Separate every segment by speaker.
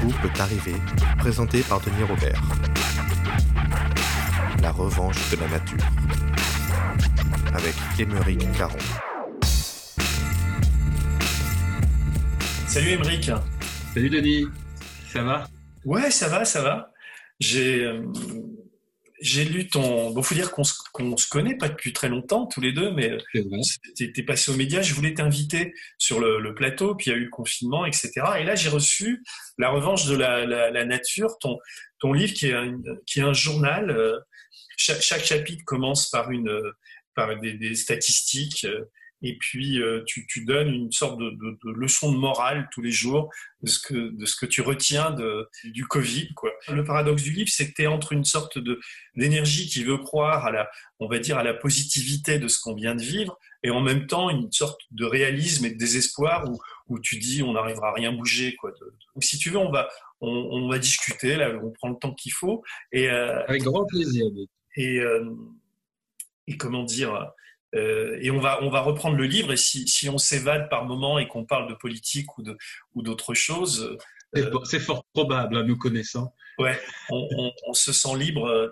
Speaker 1: coup peut arriver, présenté par Denis Robert. La revanche de la nature. Avec Émeric Caron.
Speaker 2: Salut Émeric.
Speaker 3: Salut Denis, ça va?
Speaker 2: Ouais, ça va. J'ai lu ton... Bon, faut dire qu'on se connaît pas depuis très longtemps, tous les deux, mais
Speaker 3: C'est vrai.
Speaker 2: t'es passé aux médias, je voulais t'inviter sur le plateau, puis il y a eu le confinement, etc. Et là, j'ai reçu La revanche de la nature, ton livre qui est un journal. Chaque chapitre commence par des statistiques, et puis tu donnes une sorte de leçon de morale tous les jours de ce que tu retiens du Covid, quoi. Le paradoxe du livre, c'est que tu es entre une sorte d'énergie qui veut croire on va dire, à la positivité de ce qu'on vient de vivre, et en même temps une sorte de réalisme et de désespoir où tu dis on n'arrivera à rien bouger, quoi. Donc si tu veux, on va discuter là, on prend le temps qu'il faut, et
Speaker 3: Avec grand plaisir.
Speaker 2: et, euh, et comment dire, et on va reprendre le livre, et si on s'évade par moment et qu'on parle de politique ou d'autres choses,
Speaker 3: C'est fort probable, nous connaissant.
Speaker 2: ouais, on se sent libre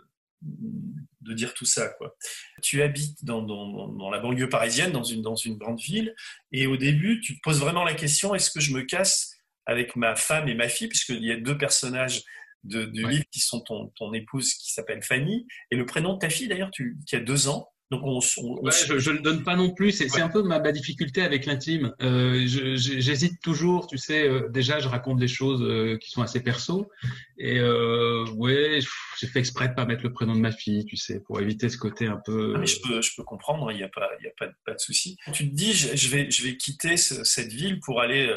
Speaker 2: de dire tout ça, quoi. Tu habites dans la banlieue parisienne, dans une grande ville, et au début, tu te poses vraiment la question, est-ce que je me casse avec ma femme et ma fille, puisqu'il y a deux personnages du livre qui sont ton épouse, qui s'appelle Fanny, et le prénom de ta fille d'ailleurs, qui a 2 ans. Donc
Speaker 3: Je le donne pas non plus. C'est un peu ma difficulté avec l'intime. J'hésite toujours. Tu sais, déjà, je raconte des choses qui sont assez perso. Et ouais, j'ai fait exprès de pas mettre le prénom de ma fille, tu sais, pour éviter ce côté un peu.
Speaker 2: Ah, mais je peux comprendre. Il y a pas de souci. Tu te dis, je vais quitter cette ville pour aller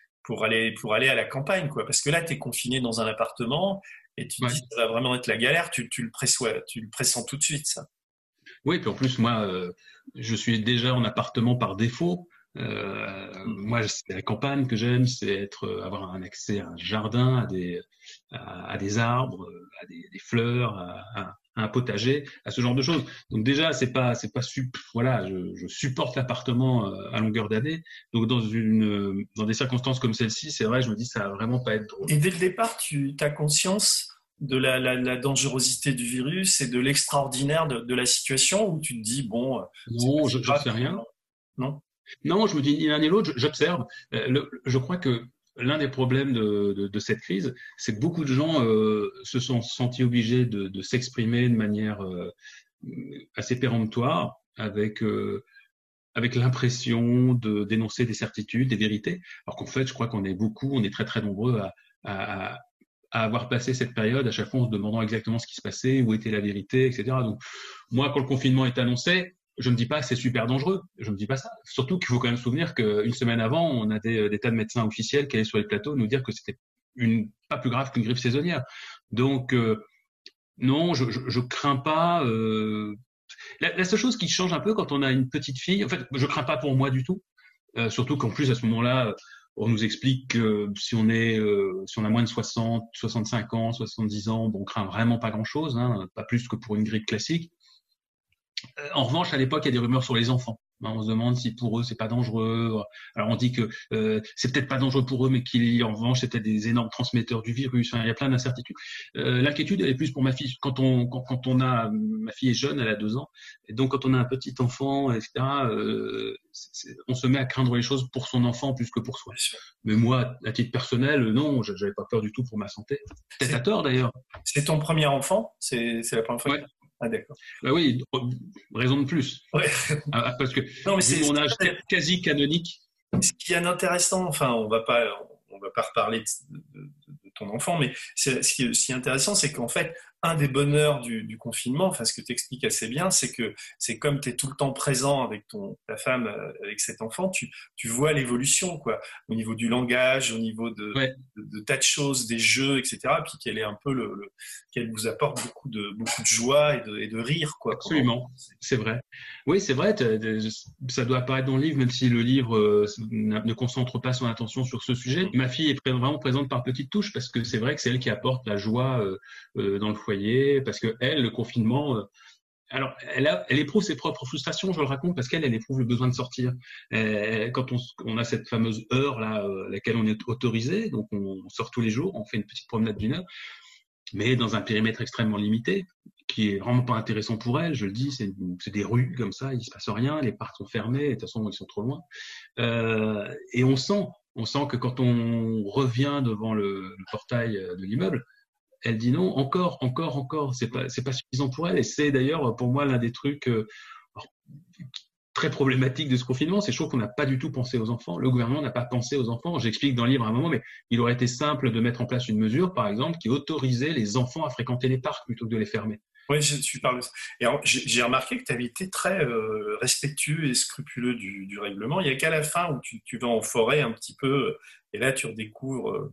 Speaker 2: à la campagne, quoi. Parce que là, tu es confiné dans un appartement et tu te dis, ça va vraiment être la galère. Tu le pressens tout de suite, ça.
Speaker 3: Oui, puis en plus, moi, je suis déjà en appartement par défaut. Moi, c'est la campagne que j'aime, c'est avoir un accès à un jardin, à des arbres, à des fleurs, à un potager, à ce genre de choses. Donc déjà, c'est pas voilà, je supporte l'appartement à longueur d'année. Donc dans des circonstances comme celle-ci, c'est vrai, je me dis ça va vraiment pas être drôle.
Speaker 2: Et dès le départ, tu as conscience de la dangerosité du virus et de l'extraordinaire de la situation, où tu te dis, bon,
Speaker 3: non, je sais rien.
Speaker 2: Non.
Speaker 3: Non, je me dis ni l'un ni l'autre, j'observe. Je crois que l'un des problèmes de cette crise, c'est que beaucoup de gens se sont sentis obligés de s'exprimer de manière assez péremptoire, avec l'impression de dénoncer des certitudes, des vérités, alors qu'en fait, je crois qu'on est très très nombreux à avoir passé cette période à chaque fois en se demandant exactement ce qui se passait, où était la vérité, etc. Donc, moi, quand le confinement est annoncé, je me dis pas c'est super dangereux. Je me dis pas ça. Surtout qu'il faut quand même se souvenir qu'une semaine avant, on a des tas de médecins officiels qui allaient sur les plateaux nous dire que c'était pas plus grave qu'une grippe saisonnière. Donc, non, je crains pas. La seule chose qui change un peu quand on a une petite fille, en fait, je crains pas pour moi du tout. Surtout qu'en plus, à ce moment-là, on nous explique que si on a moins de 60, 65 ans, 70 ans, bon, on craint vraiment pas grand-chose, hein, pas plus que pour une grippe classique. En revanche, à l'époque, il y a des rumeurs sur les enfants. On se demande si pour eux c'est pas dangereux. Alors on dit que c'est peut-être pas dangereux pour eux, mais en revanche c'était des énormes transmetteurs du virus. Enfin, il y a plein d'incertitudes. L'inquiétude elle est plus pour ma fille. Quand ma fille est jeune, elle a 2 ans, et donc quand on a un petit enfant, etc. On se met à craindre les choses pour son enfant plus que pour soi. Mais moi, à titre personnel, non, j'avais pas peur du tout pour ma santé. Peut-être à tort d'ailleurs.
Speaker 2: C'est ton premier enfant? C'est la première fois?
Speaker 3: Ouais.
Speaker 2: Ah, d'accord.
Speaker 3: Bah oui, raison de plus.
Speaker 2: Ouais.
Speaker 3: Parce que
Speaker 2: Non, mais
Speaker 3: vu mon âge quasi canonique.
Speaker 2: Ce qui est intéressant, enfin, on va pas reparler de ton enfant, mais ce qui est intéressant, c'est qu'en fait, un des bonheurs du confinement, enfin, ce que tu expliques assez bien, c'est que c'est comme tu es tout le temps présent avec ta femme, avec cet enfant, tu vois l'évolution, quoi, au niveau du langage, au niveau de tas de choses, des jeux, etc. Puis qu'elle est un peu qu'elle vous apporte beaucoup de joie et de rire, quoi.
Speaker 3: Absolument, c'est vrai. Oui, c'est vrai, ça doit apparaître dans le livre, même si le livre ne concentre pas son attention sur ce sujet. Ma fille est vraiment présente par petites touches, parce que c'est vrai que c'est elle qui apporte la joie dans le foyer, parce que elle, le confinement, alors, elle éprouve ses propres frustrations, je le raconte, parce qu'elle éprouve le besoin de sortir. Quand on a cette fameuse heure là, laquelle on est autorisé, donc on sort tous les jours, on fait une petite promenade d'une heure, mais dans un périmètre extrêmement limité, qui est vraiment pas intéressant pour elle. Je le dis, c'est des rues comme ça, il se passe rien, les parcs sont fermés, et de toute façon ils sont trop loin. Et on sent que quand on revient devant le portail de l'immeuble, elle dit non, encore, c'est pas suffisant pour elle. Et c'est d'ailleurs pour moi l'un des trucs très problématiques de ce confinement, c'est chaud qu'on n'a pas du tout pensé aux enfants. Le gouvernement n'a pas pensé aux enfants. J'explique dans le livre à un moment, mais il aurait été simple de mettre en place une mesure, par exemple, qui autorisait les enfants à fréquenter les parcs plutôt que de les fermer.
Speaker 2: Oui, je suis parlé. Et alors, j'ai remarqué que tu avais été très respectueux et scrupuleux du règlement. Il n'y a qu'à la fin où tu vas en forêt un petit peu, et là tu redécouvres.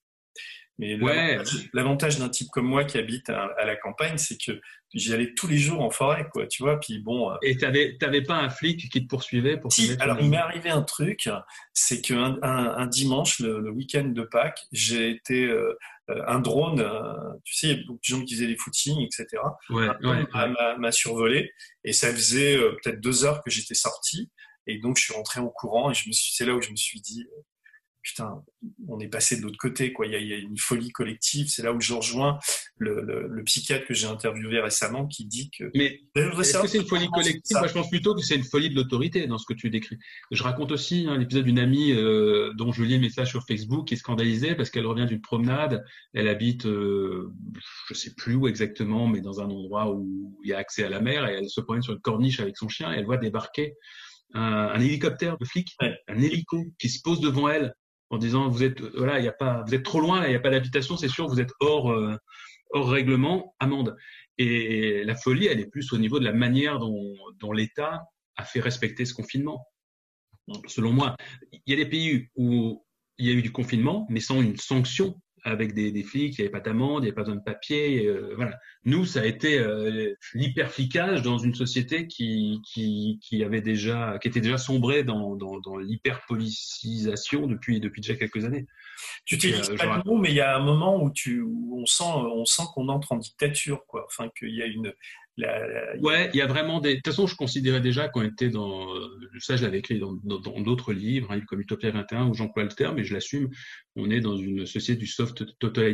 Speaker 2: Mais
Speaker 3: Ouais.
Speaker 2: l'avantage d'un type comme moi qui habite à la campagne, c'est que j'y allais tous les jours en forêt, quoi. Tu vois. Puis bon.
Speaker 3: Et t'avais pas un flic qui te poursuivait pour te
Speaker 2: Si,
Speaker 3: mettre
Speaker 2: alors il m'est arrivé un truc, c'est qu'un un dimanche, le week-end de Pâques, j'ai été un drone, tu sais, il y a beaucoup de gens qui faisaient des footings, etc.
Speaker 3: Ouais,
Speaker 2: Un drone m'a survolé et ça faisait peut-être 2 heures que j'étais sorti et donc je suis rentré en courant et c'est là où je me suis dit putain, on est passé de l'autre côté, quoi. Il y a une folie collective. C'est là où je rejoins le psychiatre que j'ai interviewé récemment qui dit que.
Speaker 3: Mais est-ce que c'est une folie collective? Moi, je pense plutôt que c'est une folie de l'autorité dans ce que tu décris. Je raconte aussi l'épisode d'une amie dont je lis le message sur Facebook qui est scandalisée parce qu'elle revient d'une promenade. Elle habite, je sais plus où exactement, mais dans un endroit où il y a accès à la mer et elle se promène sur une corniche avec son chien et elle voit débarquer un hélicoptère de flic, un hélico qui se pose devant elle en disant vous êtes trop loin, là, il n'y a pas d'habitation, c'est sûr, vous êtes hors règlement, amende. Et la folie, elle est plus au niveau de la manière dont l'État a fait respecter ce confinement. Selon moi, il y a des pays où il y a eu du confinement, mais sans une sanction, avec des flics, il n'y avait pas d'amende, il n'y avait pas besoin de papier. Voilà. Nous, ça a été l'hyperflicage dans une société qui était déjà sombrée dans l'hyperpolicisation depuis déjà quelques années.
Speaker 2: Tu n'utilises pas le mot, mais il y a un moment où on sent qu'on entre en dictature, quoi. Enfin, qu'il y a une.
Speaker 3: Ouais, il y a vraiment des. De toute façon, je considérais déjà qu'on était dans. Ça, je l'avais écrit dans d'autres livres, hein, comme Utopia 21, où j'emploie le terme, et je l'assume. On est dans une société du soft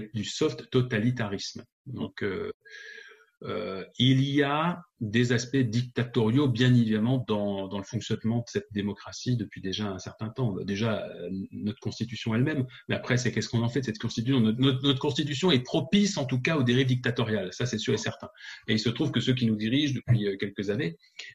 Speaker 3: totalitarisme. Donc, il y a des aspects dictatoriaux, bien évidemment, dans le fonctionnement de cette démocratie depuis déjà un certain temps. Déjà, notre constitution elle-même, mais après, c'est qu'est-ce qu'on en fait de cette constitution. Notre constitution est propice, en tout cas, aux dérives dictatoriales. Ça, c'est sûr et certain. Et il se trouve que ceux qui nous dirigent depuis quelques années,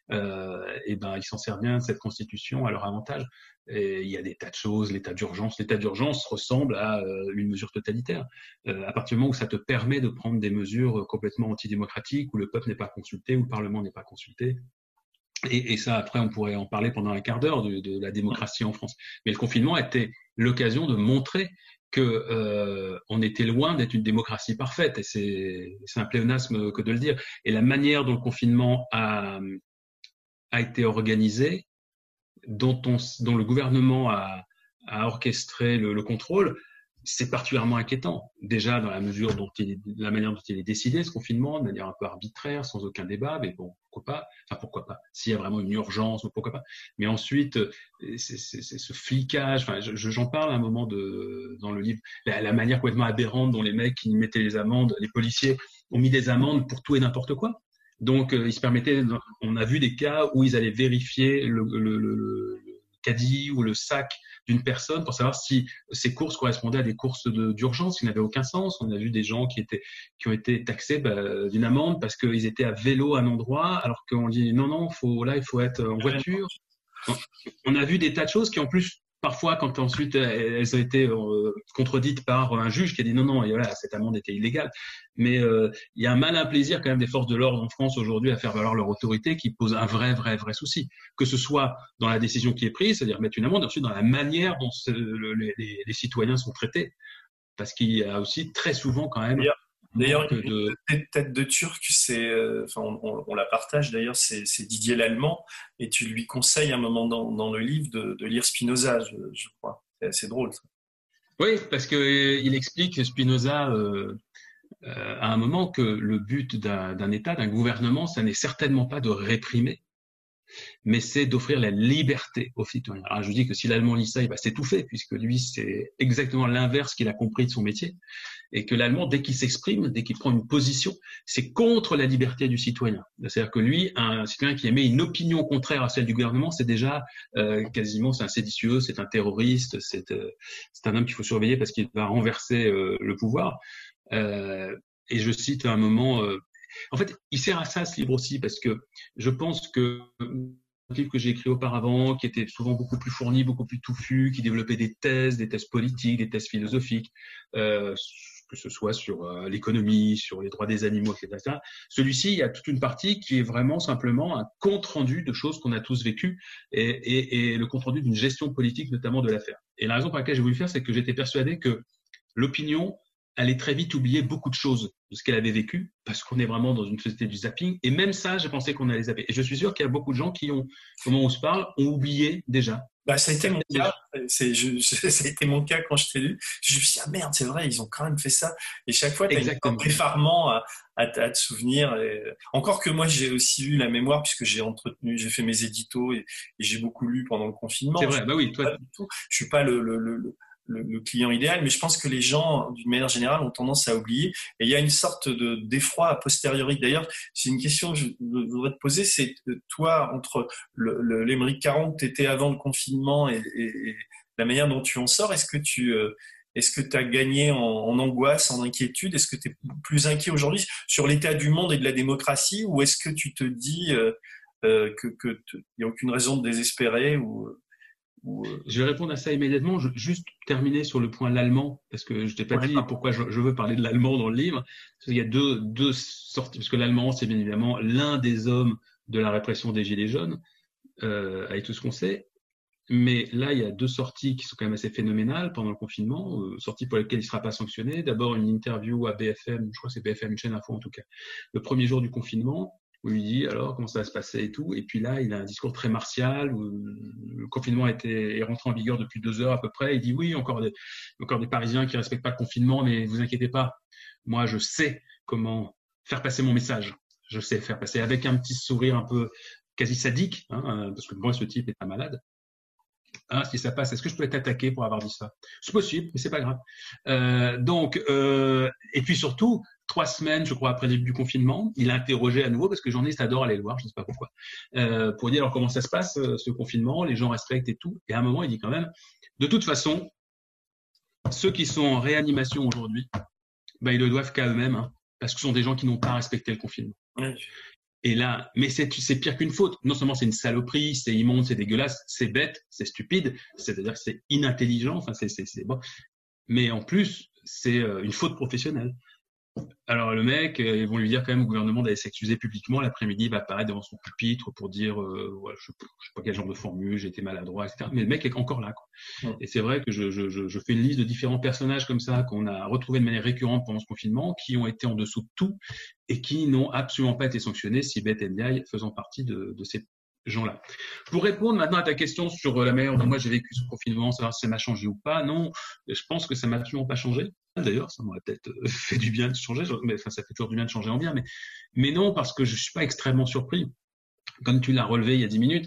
Speaker 3: ils s'en servent bien de cette constitution à leur avantage. Et il y a des tas de choses, l'état d'urgence. L'état d'urgence ressemble à une mesure totalitaire. À partir du moment où ça te permet de prendre des mesures complètement antidémocratiques, où le peuple n'est pas consulté, où le Parlement n'est pas consulté. Et ça, après, on pourrait en parler pendant un quart d'heure de la démocratie en France. Mais le confinement était l'occasion de montrer que on était loin d'être une démocratie parfaite. Et c'est un pléonasme que de le dire. Et la manière dont le confinement a été organisé, dont le gouvernement a orchestré le contrôle, c'est particulièrement inquiétant. Déjà, dans la manière dont il est décidé, ce confinement, de manière un peu arbitraire, sans aucun débat, mais bon, pourquoi pas. S'il y a vraiment une urgence, pourquoi pas. Mais ensuite, c'est ce flicage, j'en parle à un moment dans le livre, la manière complètement aberrante dont les mecs qui mettaient les amendes, les policiers ont mis des amendes pour tout et n'importe quoi. Donc, ils se permettaient, on a vu des cas où ils allaient vérifier le caddie ou le sac d'une personne pour savoir si ces courses correspondaient à des courses d'urgence qui n'avaient aucun sens. On a vu des gens qui ont été taxés d'une amende parce qu'ils étaient à vélo à un endroit, alors qu'on dit non, il faut être en voiture. On a vu des tas de choses qui en plus parfois, quand ensuite elles ont été contredites par un juge qui a dit non, et voilà, cette amende était illégale. Mais il y a un malin plaisir quand même des forces de l'ordre en France aujourd'hui à faire valoir leur autorité qui pose un vrai souci. Que ce soit dans la décision qui est prise, c'est-à-dire mettre une amende, et ensuite dans la manière dont les citoyens sont traités. Parce qu'il y a aussi très souvent quand même...
Speaker 2: D'ailleurs, une tête de Turc, on la partage d'ailleurs, c'est Didier Lallemand, et tu lui conseilles à un moment dans le livre de lire Spinoza, je crois. C'est assez drôle, ça.
Speaker 3: Oui, parce qu'il explique Spinoza, à un moment que le but d'un État, d'un gouvernement, ça n'est certainement pas de réprimer, mais c'est d'offrir la liberté aux citoyens. Alors je dis que si l'Allemand lit ça, il va s'étouffer, puisque lui, c'est exactement l'inverse qu'il a compris de son métier, et que l'Allemand, dès qu'il s'exprime, dès qu'il prend une position, c'est contre la liberté du citoyen. C'est-à-dire que lui, un citoyen qui émet une opinion contraire à celle du gouvernement, c'est déjà quasiment, c'est un séditieux, c'est un terroriste, c'est un homme qu'il faut surveiller parce qu'il va renverser le pouvoir. Et je cite à un moment... en fait, il sert à ça, ce livre aussi, parce que je pense que un livre que j'ai écrit auparavant, qui était souvent beaucoup plus fourni, beaucoup plus touffu, qui développait des thèses politiques, des thèses philosophiques, que ce soit sur l'économie, sur les droits des animaux, etc. Celui-ci, il y a toute une partie qui est vraiment simplement un compte-rendu de choses qu'on a tous vécues et le compte-rendu d'une gestion politique, notamment de l'affaire. Et la raison pour laquelle j'ai voulu le faire, c'est que j'étais persuadé que l'opinion allait très vite oublier beaucoup de choses de ce qu'elle avait vécu, parce qu'on est vraiment dans une société du zapping. Et même ça, j'ai pensé qu'on allait zapper. Et je suis sûr qu'il y a beaucoup de gens qui ont, au moment où on se parle, ont oublié déjà.
Speaker 2: Bah, ça a été mon cas. Ça a été mon cas quand je t'ai lu. Je me suis dit, ah merde, c'est vrai, ils ont quand même fait ça. Et chaque fois, tu as un effarement à te souvenir. Et... Encore que moi, j'ai aussi eu la mémoire, puisque j'ai fait mes éditos et j'ai beaucoup lu pendant le confinement.
Speaker 3: C'est vrai, bah oui, toi.
Speaker 2: Je suis pas le client idéal, mais je pense que les gens, d'une manière générale, ont tendance à oublier. Et il y a une sorte d'effroi a posteriori. D'ailleurs, c'est une question que je voudrais te poser, c'est toi, entre l'Émeric Caron que tu étais avant le confinement et la manière dont tu en sors, est-ce que tu as gagné en angoisse, en inquiétude? Est-ce que tu es plus inquiet aujourd'hui sur l'état du monde et de la démocratie, ou est-ce que tu te dis qu'il n'y a aucune raison de désespérer
Speaker 3: Je vais répondre à ça immédiatement. Je juste terminer sur le point l'allemand, parce que je t'ai pas dit pourquoi je veux parler de l'allemand dans le livre. Parce qu'il y a deux sorties, parce que l'allemand, c'est bien évidemment l'un des hommes de la répression des Gilets jaunes, avec tout ce qu'on sait. Mais là, il y a deux sorties qui sont quand même assez phénoménales pendant le confinement, sorties pour lesquelles il ne sera pas sanctionné. D'abord, une interview à BFM, je crois que c'est BFM, une chaîne info en tout cas, le premier jour du confinement, où il lui dit alors comment ça va se passer et tout. Et puis là, il a un discours très martial, où le confinement est rentré en vigueur depuis 2 heures à peu près. Il dit oui, encore des Parisiens qui respectent pas le confinement, mais vous inquiétez pas, moi je sais comment faire passer mon message. Je sais faire passer avec un petit sourire un peu quasi sadique, parce que moi ce type est un malade. Si ça passe, est-ce que je peux être attaqué pour avoir dit ça? C'est possible, mais c'est pas grave. Et puis surtout, 3 semaines, je crois, après le début du confinement, il a interrogé à nouveau, parce que les journalistes adorent aller le voir, je ne sais pas pourquoi, pour dire alors comment ça se passe, ce confinement, les gens respectent et tout. Et à un moment, il dit quand même, de toute façon, ceux qui sont en réanimation aujourd'hui, ils le doivent qu'à eux-mêmes, parce que ce sont des gens qui n'ont pas respecté le confinement. Oui. Et là, mais c'est pire qu'une faute. Non seulement c'est une saloperie, c'est immonde, c'est dégueulasse, c'est bête, c'est stupide, c'est-à-dire que c'est inintelligent, enfin c'est bon. Mais en plus, c'est une faute professionnelle. Alors le mec, ils vont lui dire quand même au gouvernement d'aller s'excuser publiquement. L'après-midi, il va apparaître devant son pupitre pour dire je sais pas quel genre de formule, j'ai été maladroit, etc. Mais le mec est encore là, quoi. Ouais. Et c'est vrai que je fais une liste de différents personnages comme ça qu'on a retrouvés de manière récurrente pendant ce confinement, qui ont été en dessous de tout et qui n'ont absolument pas été sanctionnés, Sibeth Ndiaye faisant partie de ces gens-là. Pour répondre maintenant à ta question sur la manière dont moi j'ai vécu ce confinement, savoir si ça m'a changé ou pas, non, je pense que ça m'a absolument pas changé. D'ailleurs, ça m'aurait peut-être fait du bien de changer, mais enfin, ça fait toujours du bien de changer en bien, mais non, parce que je suis pas extrêmement surpris. Comme tu l'as relevé il y a 10 minutes,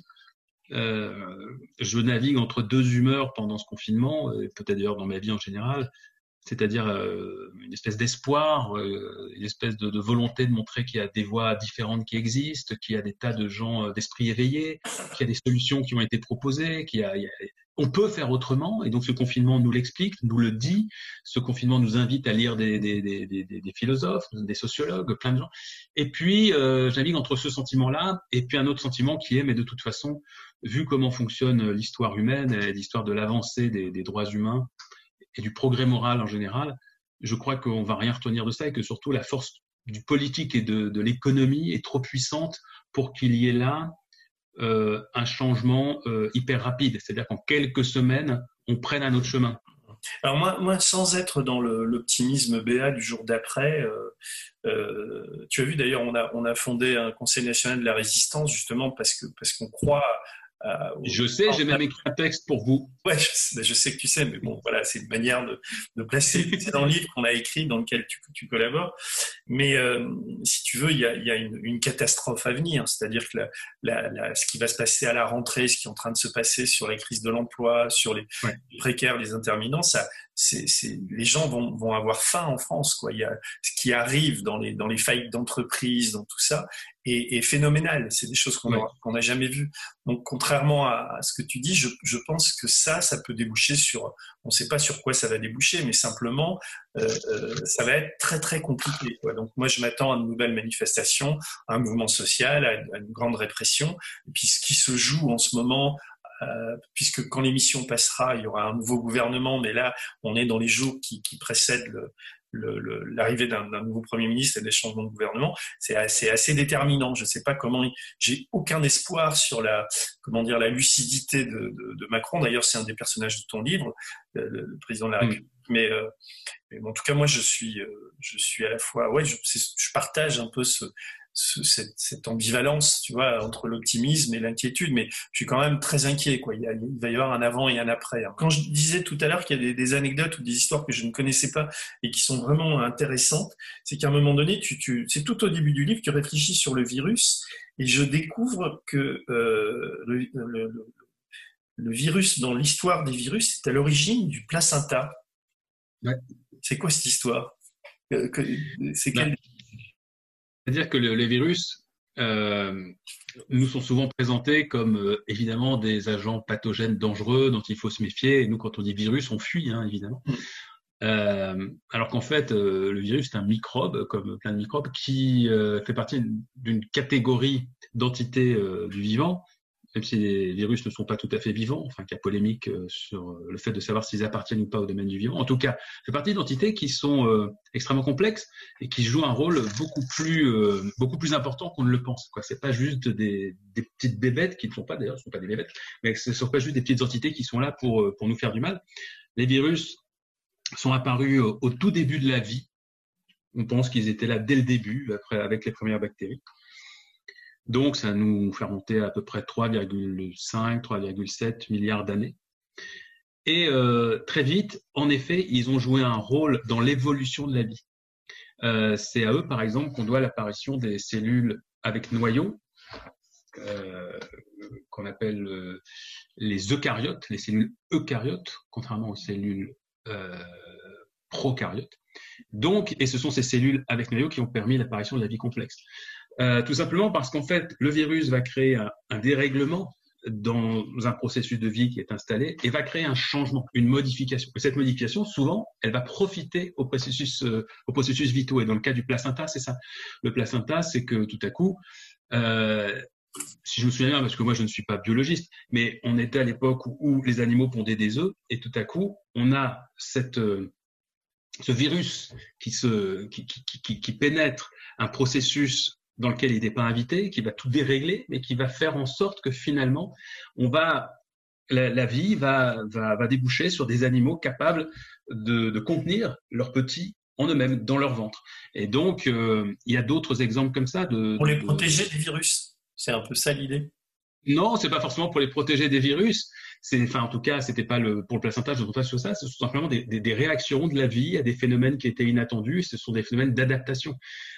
Speaker 3: je navigue entre 2 humeurs pendant ce confinement, peut-être d'ailleurs dans ma vie en général, c'est-à-dire une espèce d'espoir, une espèce de volonté de montrer qu'il y a des voies différentes qui existent, qu'il y a des tas de gens d'esprit éveillé, qu'il y a des solutions qui ont été proposées, on peut faire autrement, et donc ce confinement nous l'explique, nous le dit. Ce confinement nous invite à lire des philosophes, des sociologues, plein de gens. Et puis, je navigue entre ce sentiment-là et puis un autre sentiment qui est, mais de toute façon, vu comment fonctionne l'histoire humaine et l'histoire de l'avancée des droits humains, et du progrès moral en général, je crois qu'on va rien retenir de ça et que surtout la force du politique et de l'économie est trop puissante pour qu'il y ait là un changement hyper rapide. C'est-à-dire qu'en quelques semaines, on prenne un autre chemin.
Speaker 2: Alors moi, sans être dans l'optimisme béat du jour d'après, tu as vu d'ailleurs, on a fondé un Conseil national de la résistance justement parce qu'on croit
Speaker 3: Je sais, j'ai même écrit un texte pour vous.
Speaker 2: Ouais, je sais que tu sais, mais bon, voilà, c'est une manière de placer. C'est dans le livre qu'on a écrit, dans lequel tu collabores. Mais si tu veux, il y a une catastrophe à venir. C'est-à-dire que ce qui va se passer à la rentrée, ce qui est en train de se passer sur la crise de l'emploi, sur les précaires, les intermittents, les gens vont avoir faim en France, quoi. Il y a ce qui arrive dans les faillites d'entreprises, dans tout ça, est phénoménal. C'est des choses qu'on n'a jamais vues. Donc, contrairement à ce que tu dis, je pense que ça peut déboucher sur, on ne sait pas sur quoi ça va déboucher, mais simplement, ça va être très, très compliqué, quoi. Donc, moi, je m'attends à de nouvelles manifestations, à un mouvement social, à une grande répression. Et puis, ce qui se joue en ce moment, puisque quand l'émission passera, il y aura un nouveau gouvernement, mais là, on est dans les jours qui précèdent l'arrivée d'un nouveau Premier ministre et des changements de gouvernement. C'est assez déterminant. Je ne sais pas comment. J'ai aucun espoir sur la lucidité de Macron. D'ailleurs, c'est un des personnages de ton livre, le président de la République. Mais en tout cas, moi, je suis à la fois. Ouais, je partage un peu cette ambivalence, tu vois, entre l'optimisme et l'inquiétude, mais je suis quand même très inquiet, quoi. Il va y avoir un avant et un après. Quand je disais tout à l'heure qu'il y a des anecdotes ou des histoires que je ne connaissais pas et qui sont vraiment intéressantes, c'est qu'à un moment donné, c'est tout au début du livre, tu réfléchis sur le virus et je découvre que le virus, dans l'histoire des virus, c'est à l'origine du placenta.
Speaker 3: Ouais.
Speaker 2: C'est quoi cette histoire?
Speaker 3: C'est-à-dire que les virus nous sont souvent présentés comme évidemment des agents pathogènes dangereux dont il faut se méfier. Et nous, quand on dit virus, on fuit, hein, évidemment. Alors qu'en fait, le virus, c'est un microbe, comme plein de microbes, qui fait partie d'une catégorie d'entités du vivant, même si les virus ne sont pas tout à fait vivants, enfin, qu'il y a polémique sur le fait de savoir s'ils appartiennent ou pas au domaine du vivant. En tout cas, fait partie d'entités qui sont extrêmement complexes et qui jouent un rôle beaucoup plus important qu'on ne le pense, quoi. C'est pas juste des petites bébêtes qui ne sont pas, d'ailleurs, ce sont pas des bébêtes, mais ce ne sont pas juste des petites entités qui sont là pour nous faire du mal. Les virus sont apparus au tout début de la vie. On pense qu'ils étaient là dès le début, avec les premières bactéries. Donc, ça nous fait remonter à peu près 3,5, 3,7 milliards d'années. Et très vite, en effet, ils ont joué un rôle dans l'évolution de la vie. C'est à eux, par exemple, qu'on doit l'apparition des cellules avec noyaux, qu'on appelle les eucaryotes, les cellules eucaryotes, contrairement aux cellules prokaryotes. Donc, et ce sont ces cellules avec noyaux qui ont permis l'apparition de la vie complexe. Tout simplement parce qu'en fait, le virus va créer un dérèglement dans un processus de vie qui est installé et va créer un changement, une modification. Et cette modification, souvent, elle va profiter au processus vitaux. Et dans le cas du placenta, c'est ça. Le placenta, c'est que tout à coup, si je me souviens bien, parce que moi je ne suis pas biologiste, mais on était à l'époque où les animaux pondaient des œufs et tout à coup, on a ce virus qui pénètre un processus dans lequel il n'était pas invité, qui va tout dérégler, mais qui va faire en sorte que finalement, la vie va déboucher sur des animaux capables de contenir leurs petits en eux-mêmes, dans leur ventre. Et donc, il y a d'autres exemples comme ça.
Speaker 2: Pour les protéger des virus, c'est un peu ça l'idée.
Speaker 3: Non, c'est pas forcément pour les protéger des virus. En tout cas, c'était pas pour le placenta, je ne pas sur ça. Ce sont simplement des réactions de la vie à des phénomènes qui étaient inattendus. Ce sont des phénomènes d'adaptation.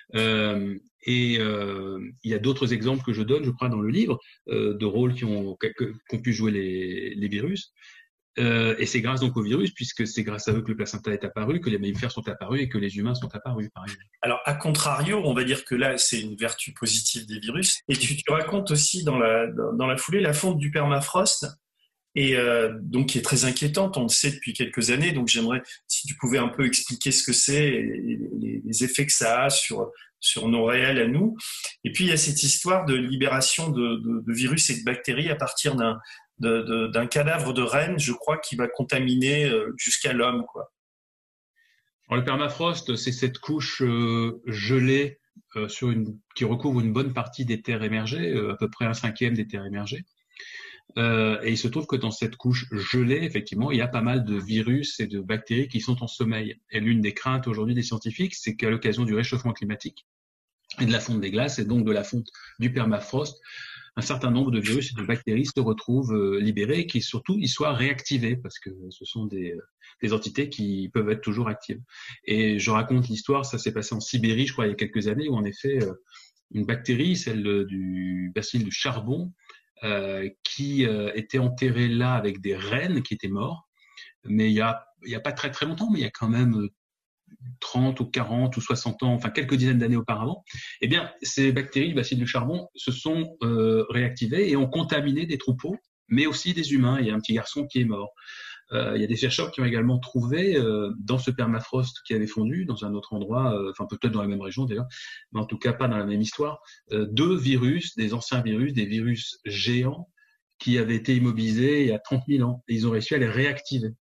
Speaker 3: Il y a d'autres exemples que je donne, je crois, dans le livre, de rôles qu'ont pu jouer les virus. Et c'est grâce donc aux virus, puisque c'est grâce à eux que le placenta est apparu, que les mammifères sont apparus et que les humains sont apparus, par exemple.
Speaker 2: Alors, à contrario, on va dire que là, c'est une vertu positive des virus. Et tu racontes aussi dans la foulée la fonte du permafrost, et donc qui est très inquiétante, on le sait depuis quelques années. Donc, j'aimerais, si tu pouvais un peu expliquer ce que c'est et les effets que ça a sur nos réels à nous. Et puis, il y a cette histoire de libération de virus et de bactéries à partir d'un cadavre de reine, je crois, qui va contaminer jusqu'à l'homme, quoi.
Speaker 3: Alors, le permafrost, c'est cette couche gelée qui recouvre une bonne partie des terres émergées, à peu près 1/5 des terres émergées. Et il se trouve que dans cette couche gelée, effectivement, il y a pas mal de virus et de bactéries qui sont en sommeil. Et l'une des craintes aujourd'hui des scientifiques, c'est qu'à l'occasion du réchauffement climatique et de la fonte des glaces, et donc de la fonte du permafrost, un certain nombre de virus et de bactéries se retrouvent libérés, et qui surtout ils soient réactivés, parce que ce sont des entités qui peuvent être toujours actives. Et je raconte l'histoire, ça s'est passé en Sibérie, je crois, il y a quelques années, où en effet une bactérie, celle du bacille du charbon, qui était enterrée là avec des rennes qui étaient morts. Mais il y a pas très très longtemps, mais il y a quand même 30 ou 40 ou 60 ans, enfin quelques dizaines d'années auparavant, eh bien, ces bactéries du bacille du charbon se sont réactivées et ont contaminé des troupeaux, mais aussi des humains. Il y a un petit garçon qui est mort. Il y a des chercheurs qui ont également trouvé dans ce permafrost qui avait fondu, dans un autre endroit, enfin peut-être dans la même région d'ailleurs, mais en tout cas pas dans la même histoire, deux virus, des anciens virus, des virus géants qui avaient été immobilisés il y a 30 000 ans. Et ils ont réussi à les réactiver.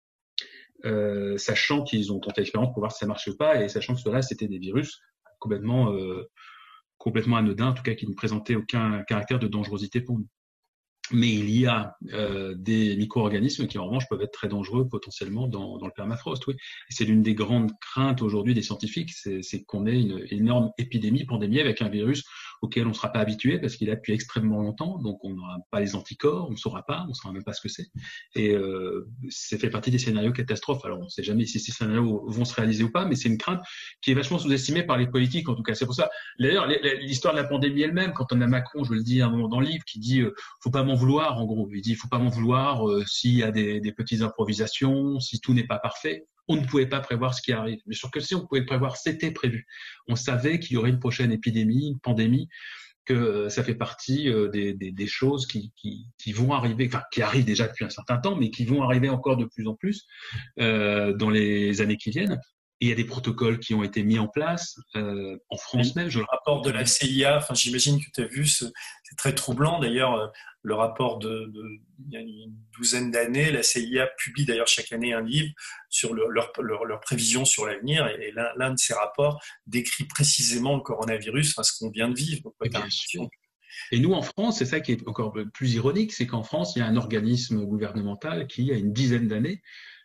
Speaker 3: Sachant qu'ils ont tenté l'expérience pour voir si ça marchait ou pas, et sachant que cela c'était des virus complètement anodins, en tout cas qui ne présentaient aucun caractère de dangerosité pour nous. Mais il y a des micro-organismes qui en revanche peuvent être très dangereux potentiellement dans le permafrost. Oui. Et c'est l'une des grandes craintes aujourd'hui des scientifiques, c'est qu'on ait une énorme pandémie avec un virus auquel on ne sera pas habitué parce qu'il est là depuis extrêmement longtemps, donc on n'aura pas les anticorps, on ne saura même pas ce que c'est. Et ça fait partie des scénarios catastrophes. Alors on ne sait jamais si ces scénarios vont se réaliser ou pas, mais c'est une crainte qui est vachement sous-estimée par les politiques en tout cas. C'est pour ça, d'ailleurs, l'histoire de la pandémie elle-même, quand on a Macron, je le dis à un moment dans le livre, qui dit faut pas m'en vouloir, en gros. Il dit faut pas m'en vouloir s'il y a des petites improvisations, si tout n'est pas parfait. On ne pouvait pas prévoir ce qui arrive. Mais sûr que si on pouvait le prévoir, c'était prévu. On savait qu'il y aurait une prochaine épidémie, une pandémie, que ça fait partie des choses qui vont arriver, enfin qui arrivent déjà depuis un certain temps, mais qui vont arriver encore de plus en plus dans les années qui viennent. Et il y a des protocoles qui ont été mis en place en France même.
Speaker 2: Le rapport de la CIA, enfin j'imagine que tu as vu, c'est très troublant. D'ailleurs, le rapport il y a une douzaine d'années, la CIA publie d'ailleurs chaque année un livre sur leurs prévisions sur l'avenir. Et l'un de ces rapports décrit précisément le coronavirus, enfin, ce qu'on vient de vivre.
Speaker 3: Et nous, en France, c'est ça qui est encore plus ironique, c'est qu'en France, il y a un organisme gouvernemental qui, il y a une dizaine d'années,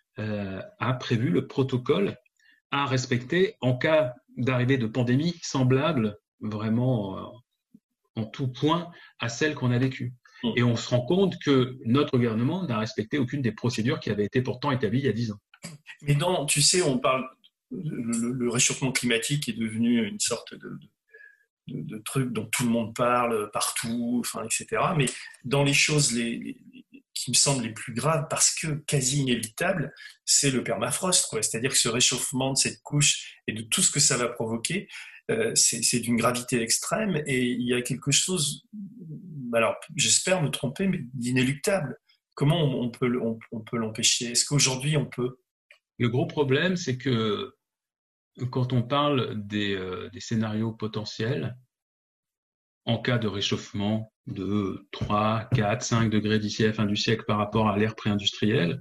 Speaker 3: a prévu le protocole à respecter en cas d'arrivée de pandémie semblable vraiment en tout point à celle qu'on a vécue. Et on se rend compte que notre gouvernement n'a respecté aucune des procédures qui avaient été pourtant établies il y a 10 ans.
Speaker 2: Mais tu sais, on parle, le réchauffement climatique est devenu une sorte de truc dont tout le monde parle partout, enfin, etc. Mais dans les choses qui me semblent les plus graves, parce que quasi inéluctables, c'est le permafrost, quoi. C'est-à-dire que ce réchauffement de cette couche et de tout ce que ça va provoquer, c'est d'une gravité extrême, et il y a quelque chose, alors j'espère me tromper, mais d'inéluctable. Comment on peut l'empêcher? Est-ce qu'aujourd'hui on peut?
Speaker 3: Le gros problème, c'est que quand on parle des scénarios potentiels, en cas de réchauffement de 3, 4, 5 degrés d'ici à la fin du siècle par rapport à l'ère pré-industrielle,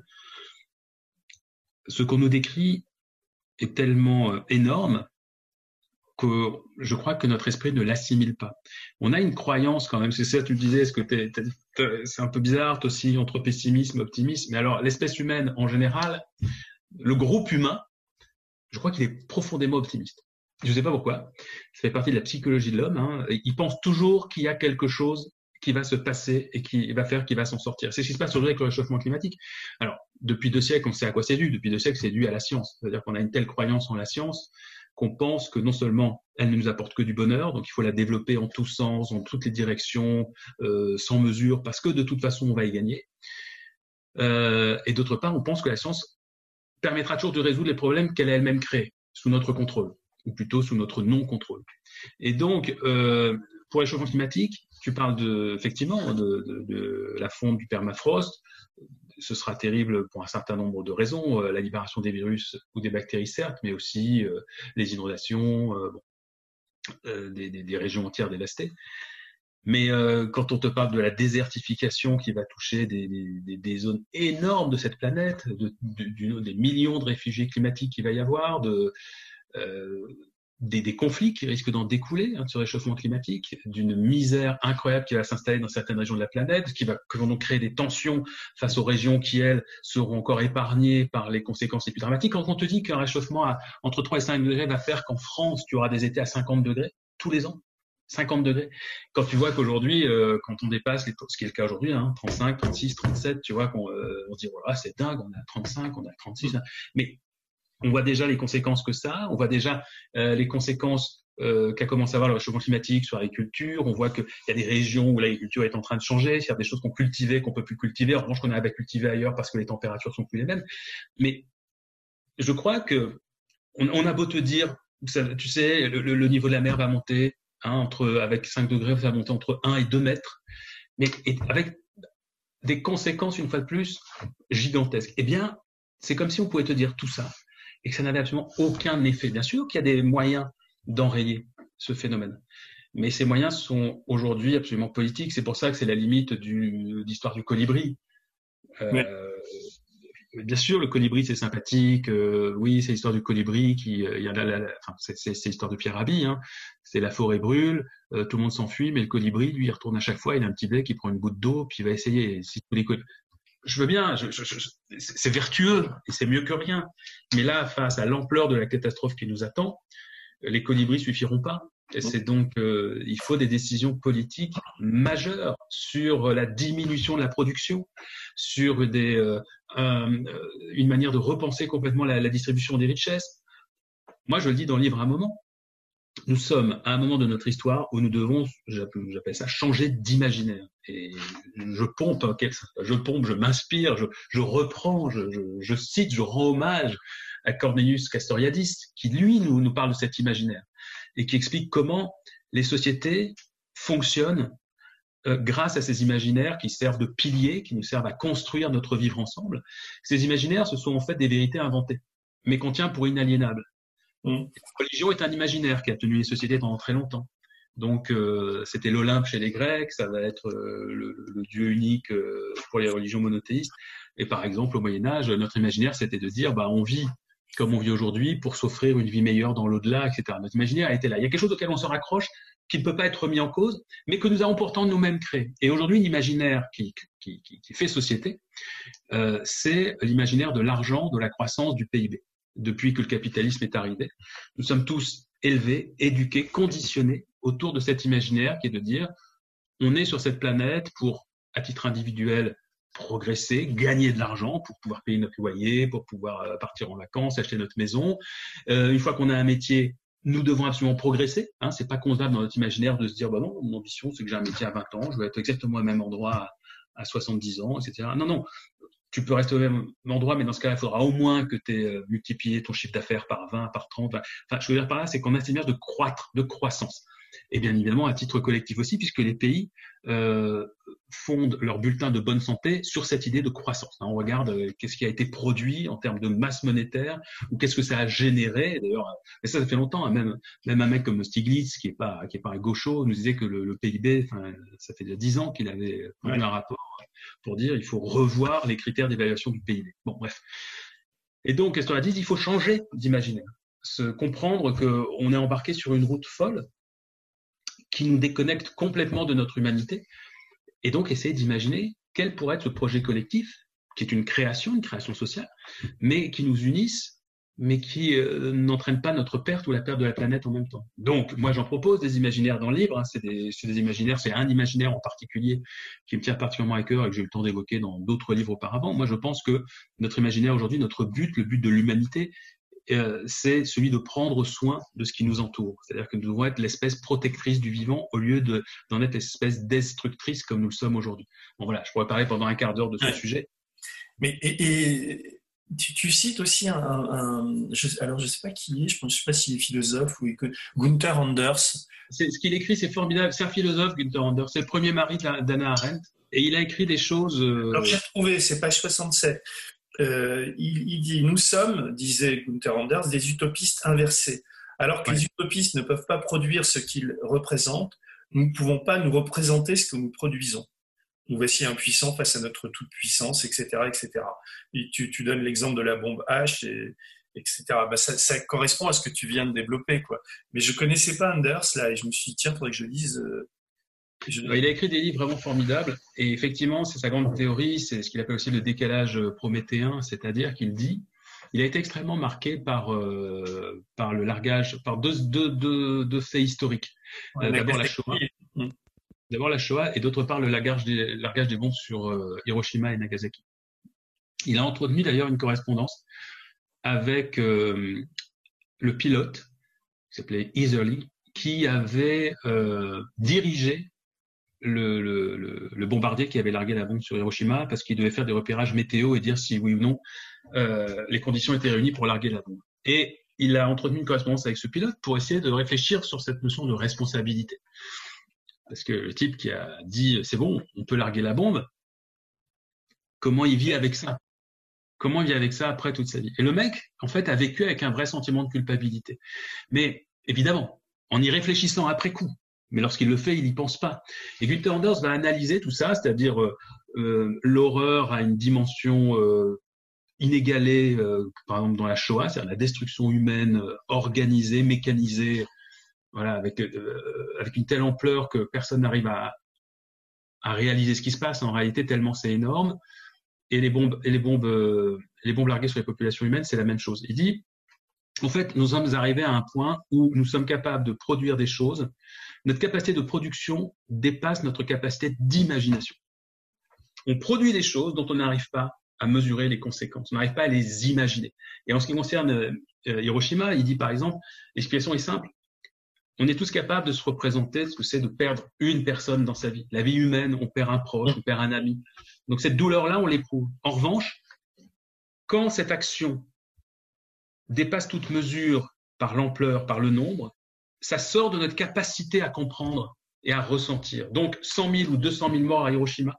Speaker 3: ce qu'on nous décrit est tellement énorme que je crois que notre esprit ne l'assimile pas. On a une croyance quand même, c'est ça tu le disais, est-ce que c'est un peu bizarre, toi aussi, entre pessimisme et optimisme, mais alors l'espèce humaine en général, le groupe humain, je crois qu'il est profondément optimiste. Je ne sais pas pourquoi. Ça fait partie de la psychologie de l'homme. Hein. Il pense toujours qu'il y a quelque chose qui va se passer et qui va faire qu'il va s'en sortir. C'est ce qui se passe aujourd'hui avec le réchauffement climatique. Alors, depuis 2 siècles, on sait à quoi c'est dû. Depuis 2 siècles, c'est dû à la science. C'est-à-dire qu'on a une telle croyance en la science qu'on pense que non seulement elle ne nous apporte que du bonheur, donc il faut la développer en tous sens, dans toutes les directions, sans mesure, parce que de toute façon, on va y gagner. Et d'autre part, on pense que la science permettra toujours de résoudre les problèmes qu'elle a elle-même créés, sous notre contrôle, ou plutôt sous notre non-contrôle. Et donc, pour le réchauffement climatique, tu parles effectivement de la fonte du permafrost. Ce sera terrible pour un certain nombre de raisons, la libération des virus ou des bactéries certes, mais aussi les inondations, des régions entières dévastées. Mais quand on te parle de la désertification qui va toucher des zones énormes de cette planète, des millions de réfugiés climatiques qu'il va y avoir, des conflits qui risquent d'en découler de ce réchauffement climatique, d'une misère incroyable qui va s'installer dans certaines régions de la planète, qui vont donc créer des tensions face aux régions qui, elles, seront encore épargnées par les conséquences les plus dramatiques. Quand on te dit qu'un réchauffement entre 3 et 5 degrés va faire qu'en France, tu auras des étés à 50 degrés tous les ans, 50 degrés. Quand tu vois qu'aujourd'hui, quand on dépasse ce qui est le cas aujourd'hui, 35, 36, 37, tu vois qu'on on se dit voilà, c'est dingue, on est à 35, on est à 36, mais on voit déjà les conséquences que ça, on voit déjà les conséquences qu'a commencé à avoir le réchauffement climatique sur l'agriculture. On voit qu'il y a des régions où l'agriculture est en train de changer, il y a des choses qu'on cultivait, qu'on peut plus cultiver, en revanche qu'on a cultiver ailleurs parce que les températures sont plus les mêmes. Mais je crois que on a beau te dire, tu sais, le niveau de la mer va monter, avec 5 degrés, ça va monter entre 1 et 2 mètres, mais avec des conséquences, une fois de plus, gigantesques. Eh bien, c'est comme si on pouvait te dire tout ça et que ça n'avait absolument aucun effet. Bien sûr qu'il y a des moyens d'enrayer ce phénomène, mais ces moyens sont aujourd'hui absolument politiques. C'est pour ça que c'est la limite d'histoire du colibri.
Speaker 2: Oui.
Speaker 3: Bien sûr, le colibri, c'est sympathique. Oui, c'est l'histoire du colibri c'est l'histoire de Pierre Rabhi. C'est la forêt brûle, tout le monde s'enfuit, mais le colibri, lui, il retourne à chaque fois. Il a un petit bec, il prend une goutte d'eau, puis il va essayer. Je veux bien, c'est vertueux et c'est mieux que rien. Mais là, face à l'ampleur de la catastrophe qui nous attend, les colibris suffiront pas. Et c'est donc, il faut des décisions politiques majeures sur la diminution de la production, sur une manière de repenser complètement la distribution des richesses. Moi, je le dis dans le livre à un moment, nous sommes à un moment de notre histoire où nous devons, j'appelle ça, changer d'imaginaire. Et je pompe, je m'inspire, je reprends, je cite, je rends hommage à Cornelius Castoriadis, qui lui nous parle de cet imaginaire et qui explique comment les sociétés fonctionnent grâce à ces imaginaires qui servent de piliers, qui nous servent à construire notre vivre ensemble. Ces imaginaires, ce sont en fait des vérités inventées, mais qu'on tient pour inaliénables. La religion est un imaginaire qui a tenu les sociétés pendant très longtemps. Donc, c'était l'Olympe chez les Grecs, ça va être le Dieu unique pour les religions monothéistes. Et par exemple, au Moyen-Âge, notre imaginaire, c'était de dire, on vit comme on vit aujourd'hui pour s'offrir une vie meilleure dans l'au-delà, etc. Notre imaginaire a été là. Il y a quelque chose auquel on se raccroche qui ne peut pas être remis en cause, mais que nous avons pourtant nous-mêmes créé. Et aujourd'hui, l'imaginaire qui fait société, c'est l'imaginaire de l'argent, de la croissance, du PIB. Depuis que le capitalisme est arrivé, nous sommes tous élevés, éduqués, conditionnés autour de cet imaginaire qui est de dire on est sur cette planète pour, à titre individuel, progresser, gagner de l'argent pour pouvoir payer notre loyer, pour pouvoir partir en vacances, acheter notre maison. Une fois qu'on a un métier, nous devons absolument progresser. C'est pas concevable dans notre imaginaire de se dire non, mon ambition c'est que j'ai un métier à 20 ans, je vais être exactement au même endroit à 70 ans, etc. Non. Tu peux rester au même endroit, mais dans ce cas-là, il faudra au moins que tu aies multiplié ton chiffre d'affaires par 20, par 30. Enfin, je veux dire par là, c'est qu'on a cette image de croître, de croissance. Et bien évidemment, à titre collectif aussi, puisque les pays fondent leur bulletin de bonne santé sur cette idée de croissance. On regarde qu'est-ce qui a été produit en termes de masse monétaire, ou qu'est-ce que ça a généré. D'ailleurs, mais ça fait longtemps. Même un mec comme Stiglitz, qui est pas un gaucho, nous disait que le PIB, ça fait déjà 10 ans qu'il avait produit un rapport pour dire il faut revoir les critères d'évaluation du PIB. Bon, bref. Et donc, Castoriadis dit il faut changer d'imaginaire, se comprendre qu'on est embarqué sur une route folle qui nous déconnecte complètement de notre humanité, et donc essayer d'imaginer quel pourrait être ce projet collectif, qui est une création sociale, mais qui nous unisse, mais qui n'entraîne pas notre perte ou la perte de la planète en même temps. Donc, moi, j'en propose des imaginaires dans le livre. C'est des imaginaires, c'est un imaginaire en particulier qui me tient particulièrement à cœur et que j'ai eu le temps d'évoquer dans d'autres livres auparavant. Moi, je pense que notre imaginaire aujourd'hui, notre but, le but de l'humanité, c'est celui de prendre soin de ce qui nous entoure. C'est-à-dire que nous devons être l'espèce protectrice du vivant au lieu d'en être l'espèce destructrice comme nous le sommes aujourd'hui. Bon, voilà, je pourrais parler pendant un quart d'heure de ce sujet.
Speaker 2: Mais tu cites aussi alors je sais pas qui est, je ne sais pas s'il est philosophe ou Gunther Anders.
Speaker 3: Ce qu'il écrit, c'est formidable. C'est un philosophe, Gunther Anders. C'est le premier mari d'Hannah Arendt. Et il a écrit des choses...
Speaker 2: Alors j'ai retrouvé, c'est page 67. Il dit « Nous sommes, disait Gunther Anders, des utopistes inversés. Alors que les utopistes ne peuvent pas produire ce qu'ils représentent, nous ne pouvons pas nous représenter ce que nous produisons. Nous voici impuissants face à notre toute-puissance, etc. etc. » Et tu donnes l'exemple de la bombe H, etc. Ça correspond à ce que tu viens de développer, quoi. Mais je ne connaissais pas Anders, là, et je me suis dit « Tiens, il faudrait que je lise…
Speaker 3: Il a écrit des livres vraiment formidables, et effectivement, c'est sa grande théorie, c'est ce qu'il appelle aussi le décalage prométhéen, c'est-à-dire qu'il dit il a été extrêmement marqué par le largage, par deux faits historiques. D'abord la Shoah. D'abord la Shoah et d'autre part le largage des bombes sur Hiroshima et Nagasaki. Il a entretenu d'ailleurs une correspondance avec le pilote qui s'appelait Easerly, qui avait dirigé le bombardier qui avait largué la bombe sur Hiroshima parce qu'il devait faire des repérages météo et dire si oui ou non les conditions étaient réunies pour larguer la bombe. Et il a entretenu une correspondance avec ce pilote pour essayer de réfléchir sur cette notion de responsabilité. Parce que le type qui a dit c'est bon, on peut larguer la bombe, comment il vit avec ça? Comment il vit avec ça après toute sa vie? Et le mec, en fait, a vécu avec un vrai sentiment de culpabilité. Mais évidemment, en y réfléchissant après coup, mais lorsqu'il le fait, il n'y pense pas. Et Günther Anders va analyser tout ça, c'est-à-dire l'horreur a une dimension inégalée, par exemple dans la Shoah, c'est-à-dire la destruction humaine organisée, mécanisée, voilà, avec une telle ampleur que personne n'arrive à réaliser ce qui se passe en réalité, tellement c'est énorme. Et les bombes larguées sur les populations humaines, c'est la même chose. Il dit, en fait, nous sommes arrivés à un point où nous sommes capables de produire des choses. Notre capacité de production dépasse notre capacité d'imagination. On produit des choses dont on n'arrive pas à mesurer les conséquences. On n'arrive pas à les imaginer. Et en ce qui concerne Hiroshima, il dit par exemple, l'explication est simple. On est tous capables de se représenter ce que c'est de perdre une personne dans sa vie. La vie humaine, on perd un proche, on perd un ami. Donc cette douleur-là, on l'éprouve. En revanche, quand cette action dépasse toute mesure par l'ampleur, par le nombre, ça sort de notre capacité à comprendre et à ressentir. Donc 100 000 ou 200 000 morts à Hiroshima,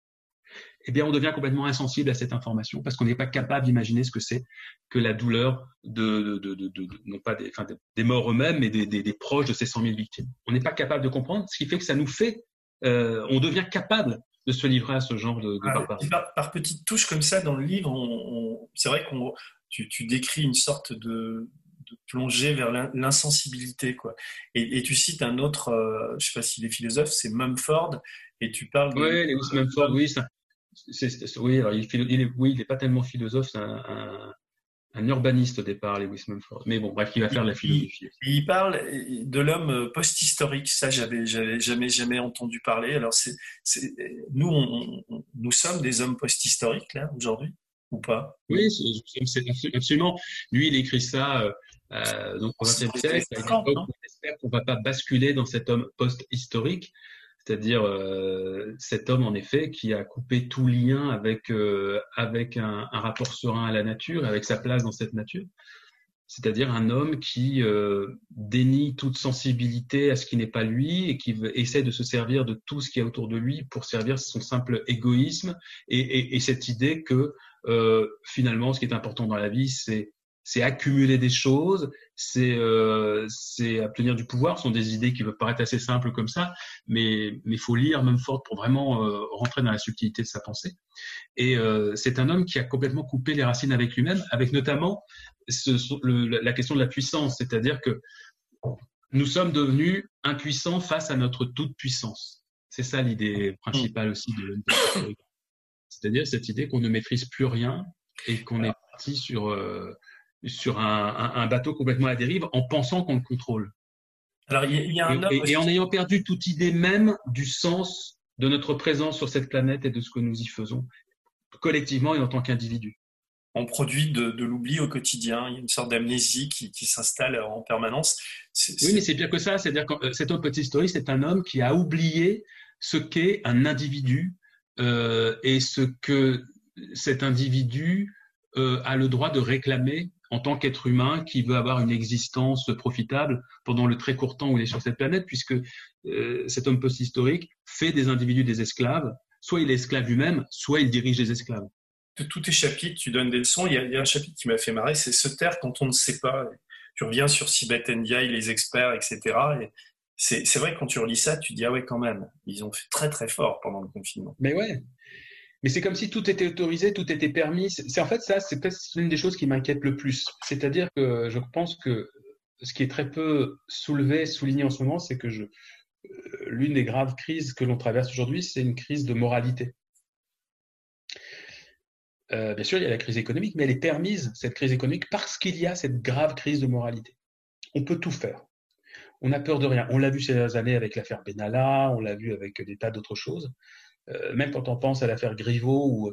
Speaker 3: eh bien on devient complètement insensible à cette information parce qu'on n'est pas capable d'imaginer ce que c'est que la douleur non pas des morts eux-mêmes, mais des proches de ces 100 000 victimes. On n'est pas capable de comprendre, ce qui fait que ça nous fait, on devient capable de se livrer à ce genre de barbarie.
Speaker 2: Par petites touches comme ça dans le livre, c'est vrai que tu décris une sorte de plongée vers l'insensibilité, quoi. Et tu cites un autre, je ne sais pas s'il est philosophe, c'est Mumford, et tu parles de...
Speaker 3: Oui, Lewis Mumford, oui, oui, alors il n'est pas tellement philosophe, c'est un urbaniste au départ, Lewis Mumford. Mais bon, bref, il va faire de la philosophie.
Speaker 2: Il parle de l'homme post-historique. Ça, j'avais jamais entendu parler. Alors, nous sommes des hommes post-historiques, là, aujourd'hui, ou pas?
Speaker 3: Oui, c'est absolument. Lui, il écrit ça donc au XXe siècle, à une époque où on espère qu'on ne va pas basculer dans cet homme post-historique. C'est-à-dire cet homme, en effet, qui a coupé tout lien avec un rapport serein à la nature, avec sa place dans cette nature. C'est-à-dire un homme qui dénie toute sensibilité à ce qui n'est pas lui et qui essaie de se servir de tout ce qui est autour de lui pour servir son simple égoïsme et cette idée que finalement, ce qui est important dans la vie, c'est accumuler des choses, c'est obtenir du pouvoir. Ce sont des idées qui peuvent paraître assez simples comme ça, mais il faut lire Mumford pour vraiment rentrer dans la subtilité de sa pensée. Et c'est un homme qui a complètement coupé les racines avec lui-même, avec notamment la question de la puissance, c'est-à-dire que nous sommes devenus impuissants face à notre toute-puissance. C'est ça l'idée principale aussi de l'homme historique. C'est-à-dire cette idée qu'on ne maîtrise plus rien et qu'on est parti sur un bateau complètement à la dérive en pensant qu'on le contrôle.
Speaker 2: Alors, il y a un homme
Speaker 3: et en ayant perdu toute idée même du sens de notre présence sur cette planète et de ce que nous y faisons, collectivement et en tant qu'individu.
Speaker 2: On produit de l'oubli au quotidien. Il y a une sorte d'amnésie qui s'installe en permanence.
Speaker 3: Oui, mais c'est pire que ça. C'est-à-dire que cet homme post-historique, c'est un homme qui a oublié ce qu'est un individu et ce que cet individu a le droit de réclamer en tant qu'être humain qui veut avoir une existence profitable pendant le très court temps où il est sur cette planète, puisque cet homme post-historique fait des individus des esclaves. Soit il est esclave lui-même, soit il dirige des esclaves.
Speaker 2: De tous tes chapitres, tu donnes des leçons. Il y a un chapitre qui m'a fait marrer, c'est se taire quand on ne sait pas. Tu reviens sur Sibeth Ndiaye, les experts, etc. Et c'est vrai que quand tu relis ça, tu dis ah ouais quand même, ils ont fait très très fort pendant le confinement.
Speaker 3: Mais ouais. Mais c'est comme si tout était autorisé, tout était permis. En fait, ça, c'est peut-être l'une des choses qui m'inquiète le plus. C'est-à-dire que je pense que ce qui est très peu souligné en ce moment, c'est que l'une des graves crises que l'on traverse aujourd'hui, c'est une crise de moralité. Bien sûr, il y a la crise économique, mais elle est permise, cette crise économique, parce qu'il y a cette grave crise de moralité. On peut tout faire. On n'a peur de rien. On l'a vu ces dernières années avec l'affaire Benalla, on l'a vu avec des tas d'autres choses. Même quand on pense à l'affaire Griveaux, où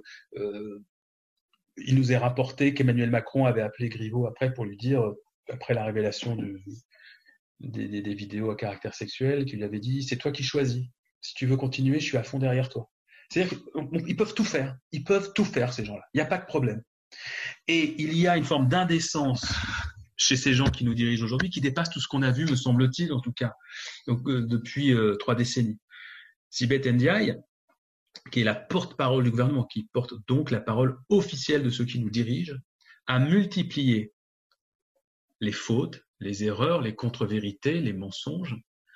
Speaker 3: il nous est rapporté qu'Emmanuel Macron avait appelé Griveaux après pour lui dire, après la révélation des vidéos à caractère sexuel, qu'il lui avait dit « c'est toi qui choisis. Si tu veux continuer, je suis à fond derrière toi ». C'est-à-dire qu'ils peuvent tout faire. Ils peuvent tout faire, ces gens-là. Il n'y a pas de problème. Et il y a une forme d'indécence chez ces gens qui nous dirigent aujourd'hui, qui dépasse tout ce qu'on a vu, me semble-t-il, en tout cas, donc, depuis 3 décennies. Sibeth Ndiaye, qui est la porte-parole du gouvernement, qui porte donc la parole officielle de ceux qui nous dirigent, a multiplié les fautes, les erreurs, les contre-vérités, les mensonges.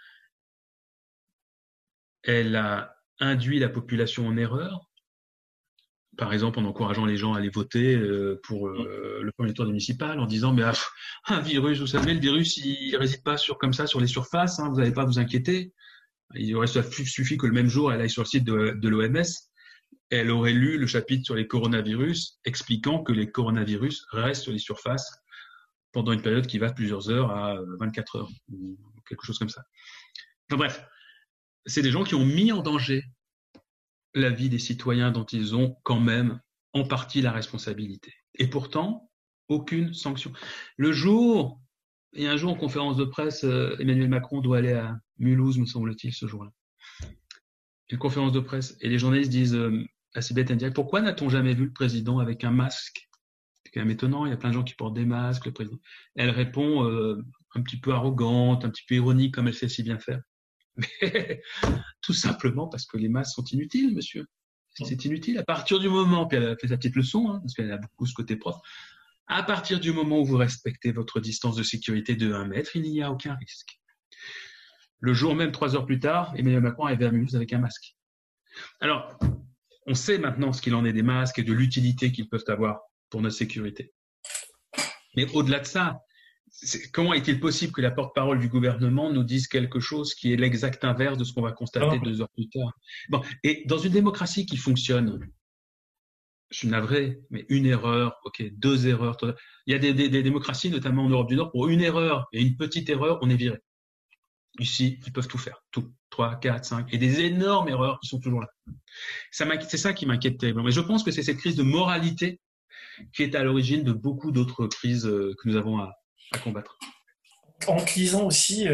Speaker 3: Elle a induit la population en erreur, par exemple en encourageant les gens à aller voter pour le premier tour des municipales, en disant mais un virus, vous savez, le virus il réside pas comme ça sur les surfaces, hein, vous n'allez pas à vous inquiéter. Il aurait suffi que le même jour elle aille sur le site de l'OMS, elle aurait lu le chapitre sur les coronavirus expliquant que les coronavirus restent sur les surfaces pendant une période qui va de plusieurs heures à 24 heures ou quelque chose comme ça. Enfin bref, c'est des gens qui ont mis en danger la vie des citoyens dont ils ont quand même en partie la responsabilité. Et pourtant, aucune sanction. Il y a un jour en conférence de presse, Emmanuel Macron doit aller à Mulhouse, me semble-t-il, ce jour-là. Une conférence de presse. Et les journalistes disent à Sibeth Ndiaye, pourquoi n'a-t-on jamais vu le président avec un masque? C'est quand même étonnant, il y a plein de gens qui portent des masques, le président. Elle répond un petit peu arrogante, un petit peu ironique, comme elle sait si bien faire. Mais tout simplement parce que les masques sont inutiles, monsieur. C'est inutile. À partir du moment, puis elle a fait sa petite leçon, hein, parce qu'elle a beaucoup ce côté prof, à partir du moment où vous respectez votre distance de sécurité de 1 mètre, il n'y a aucun risque. Le jour même, 3 heures plus tard, Emmanuel Macron arrivait à Mulhouse avec un masque. Alors, on sait maintenant ce qu'il en est des masques et de l'utilité qu'ils peuvent avoir pour notre sécurité. Mais au-delà de ça, comment est-il possible que la porte-parole du gouvernement nous dise quelque chose qui est l'exact inverse de ce qu'on va constater 2 heures plus tard? Bon, et dans une démocratie qui fonctionne, je suis navré, mais une erreur, ok, 2 erreurs. Il y a des démocraties, notamment en Europe du Nord, pour une erreur et une petite erreur, on est viré. Ici, ils peuvent tout faire, tout, 3, 4, 5, et des énormes erreurs qui sont toujours là. C'est ça qui m'inquiète terriblement. Mais je pense que c'est cette crise de moralité qui est à l'origine de beaucoup d'autres crises que nous avons à combattre.
Speaker 2: En te lisant aussi,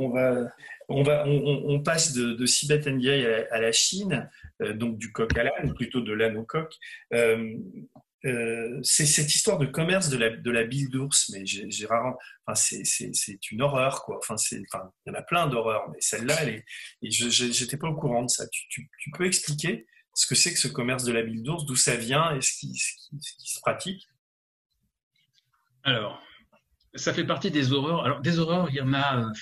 Speaker 2: on passe de Sibeth Ndiaye à la Chine, donc du coq à l'âne, ou plutôt de l'âne au coq. C'est cette histoire de commerce de la bile d'ours, mais j'ai rarement. Enfin, c'est une horreur, quoi. Enfin, il y en a plein d'horreurs, mais celle-là, j'étais pas au courant de ça. Tu peux expliquer ce que c'est que ce commerce de la bile d'ours, d'où ça vient et ce qui se pratique?
Speaker 3: Alors, ça fait partie des horreurs. Alors, des horreurs, il y en a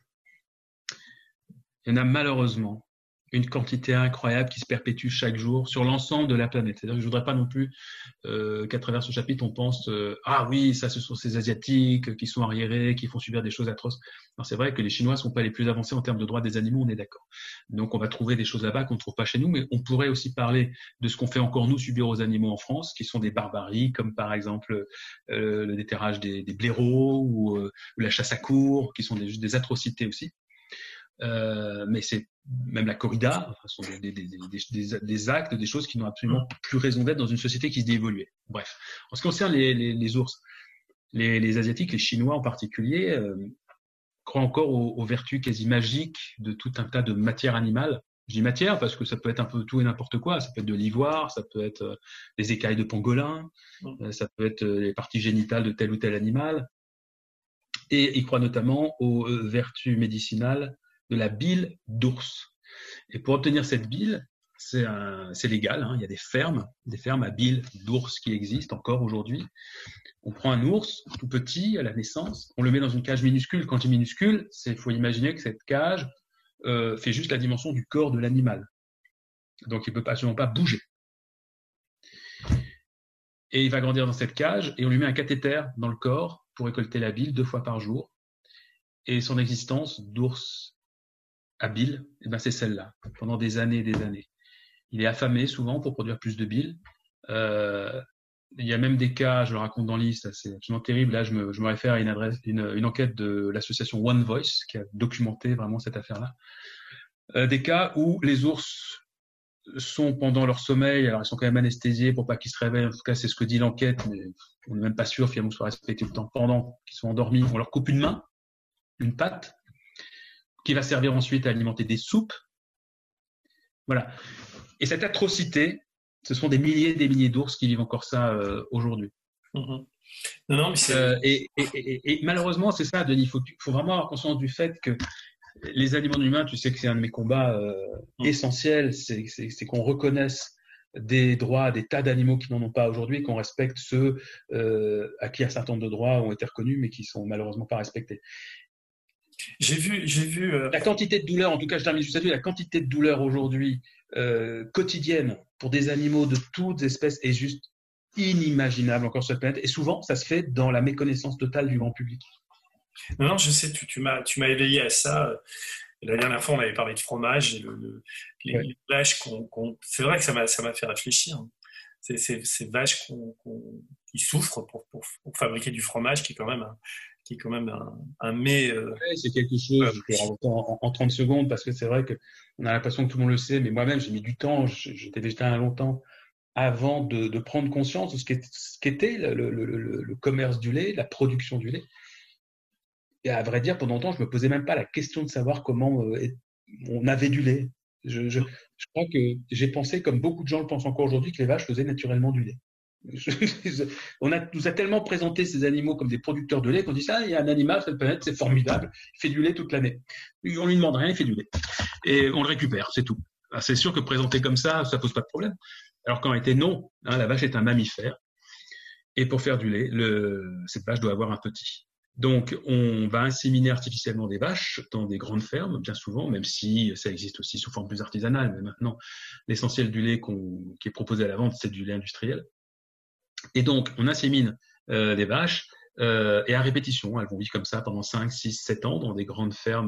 Speaker 3: malheureusement une quantité incroyable qui se perpétue chaque jour sur l'ensemble de la planète. C'est-à-dire que je voudrais pas non plus qu'à travers ce chapitre, on pense ah oui, ça ce sont ces Asiatiques qui sont arriérés, qui font subir des choses atroces. Alors, c'est vrai que les Chinois sont pas les plus avancés en termes de droits des animaux, on est d'accord. Donc on va trouver des choses là-bas qu'on ne trouve pas chez nous, mais on pourrait aussi parler de ce qu'on fait encore nous subir aux animaux en France, qui sont des barbaries, comme par exemple le déterrage des blaireaux ou la chasse à courre, qui sont des atrocités aussi. Mais c'est même la corrida, ce sont des actes, des choses qui n'ont absolument plus raison d'être dans une société qui se déévolue. Bref, en ce qui concerne les ours, les Asiatiques, les Chinois en particulier, croient encore aux vertus quasi magiques de tout un tas de matières animales. Je dis matière parce que ça peut être un peu tout et n'importe quoi. Ça peut être de l'ivoire, ça peut être les écailles de pangolin, ça peut être les parties génitales de tel ou tel animal. Et ils croient notamment aux vertus médicinales de la bile d'ours. Et pour obtenir cette bile, c'est légal, hein. Il y a des fermes à bile d'ours qui existent encore aujourd'hui. On prend un ours tout petit à la naissance, on le met dans une cage minuscule. Quand je dis minuscule, il faut imaginer que cette cage fait juste la dimension du corps de l'animal. Donc il ne peut absolument pas bouger. Et il va grandir dans cette cage et on lui met un cathéter dans le corps pour récolter la bile 2 fois par jour. Et son existence d'ours à bile, c'est celle-là, pendant des années et des années. Il est affamé souvent pour produire plus de bile. il y a même des cas, je le raconte dans l'I, c'est absolument terrible. Là, je me réfère à une enquête de l'association One Voice qui a documenté vraiment cette affaire-là. Des cas où les ours sont pendant leur sommeil, alors ils sont quand même anesthésiés pour pas qu'ils se réveillent. En tout cas, c'est ce que dit l'enquête, mais on n'est même pas sûr finalement que ce soit respecté tout le temps. Pendant qu'ils sont endormis, on leur coupe une main, une patte, qui va servir ensuite à alimenter des soupes. Voilà. Et cette atrocité, ce sont des milliers d'ours qui vivent encore ça aujourd'hui.
Speaker 2: Non, non, mais c'est...
Speaker 3: Et malheureusement, c'est ça, Denis. Il faut vraiment avoir conscience du fait que les aliments humains, tu sais que c'est un de mes combats essentiels, c'est qu'on reconnaisse des droits à des tas d'animaux qui n'en ont pas aujourd'hui, qu'on respecte ceux à qui un certain nombre de droits ont été reconnus, mais qui sont malheureusement pas respectés.
Speaker 2: J'ai vu
Speaker 3: la quantité de douleur, en tout cas, je termine juste là-dessus, la quantité de douleur aujourd'hui quotidienne pour des animaux de toutes espèces est juste inimaginable encore sur cette planète. Et souvent, ça se fait dans la méconnaissance totale du grand public.
Speaker 2: Non, je sais, tu m'as éveillé à ça. La dernière fois, on avait parlé de fromage et les vaches c'est vrai que ça m'a fait réfléchir. Ces vaches qui souffrent pour fabriquer du fromage, qui est quand même un mets.
Speaker 3: C'est quelque chose, je peux raconter en 30 secondes, parce que c'est vrai qu'on a l'impression que tout le monde le sait, mais moi-même, j'ai mis du temps, j'étais végétarien longtemps, avant de prendre conscience de ce qu'était le commerce du lait, la production du lait. Et à vrai dire, pendant longtemps, je me posais même pas la question de savoir comment on avait du lait. Je crois que j'ai pensé, comme beaucoup de gens le pensent encore aujourd'hui, que les vaches faisaient naturellement du lait. On nous a tellement présenté ces animaux comme des producteurs de lait qu'on dit ça, il y a un animal sur cette planète, c'est formidable, il fait du lait toute l'année. On lui demande rien, il fait du lait. Et on le récupère, c'est tout. Alors, c'est sûr que présenté comme ça pose pas de problème. Alors qu'en réalité, non. La vache est un mammifère. Et pour faire du lait, cette vache doit avoir un petit. Donc, on va inséminer artificiellement des vaches dans des grandes fermes, bien souvent, même si ça existe aussi sous forme plus artisanale. Mais maintenant, l'essentiel du lait qui est proposé à la vente, c'est du lait industriel. Et donc, on insémine des vaches et à répétition. Elles vont vivre comme ça pendant 5, 6, 7 ans dans des grandes fermes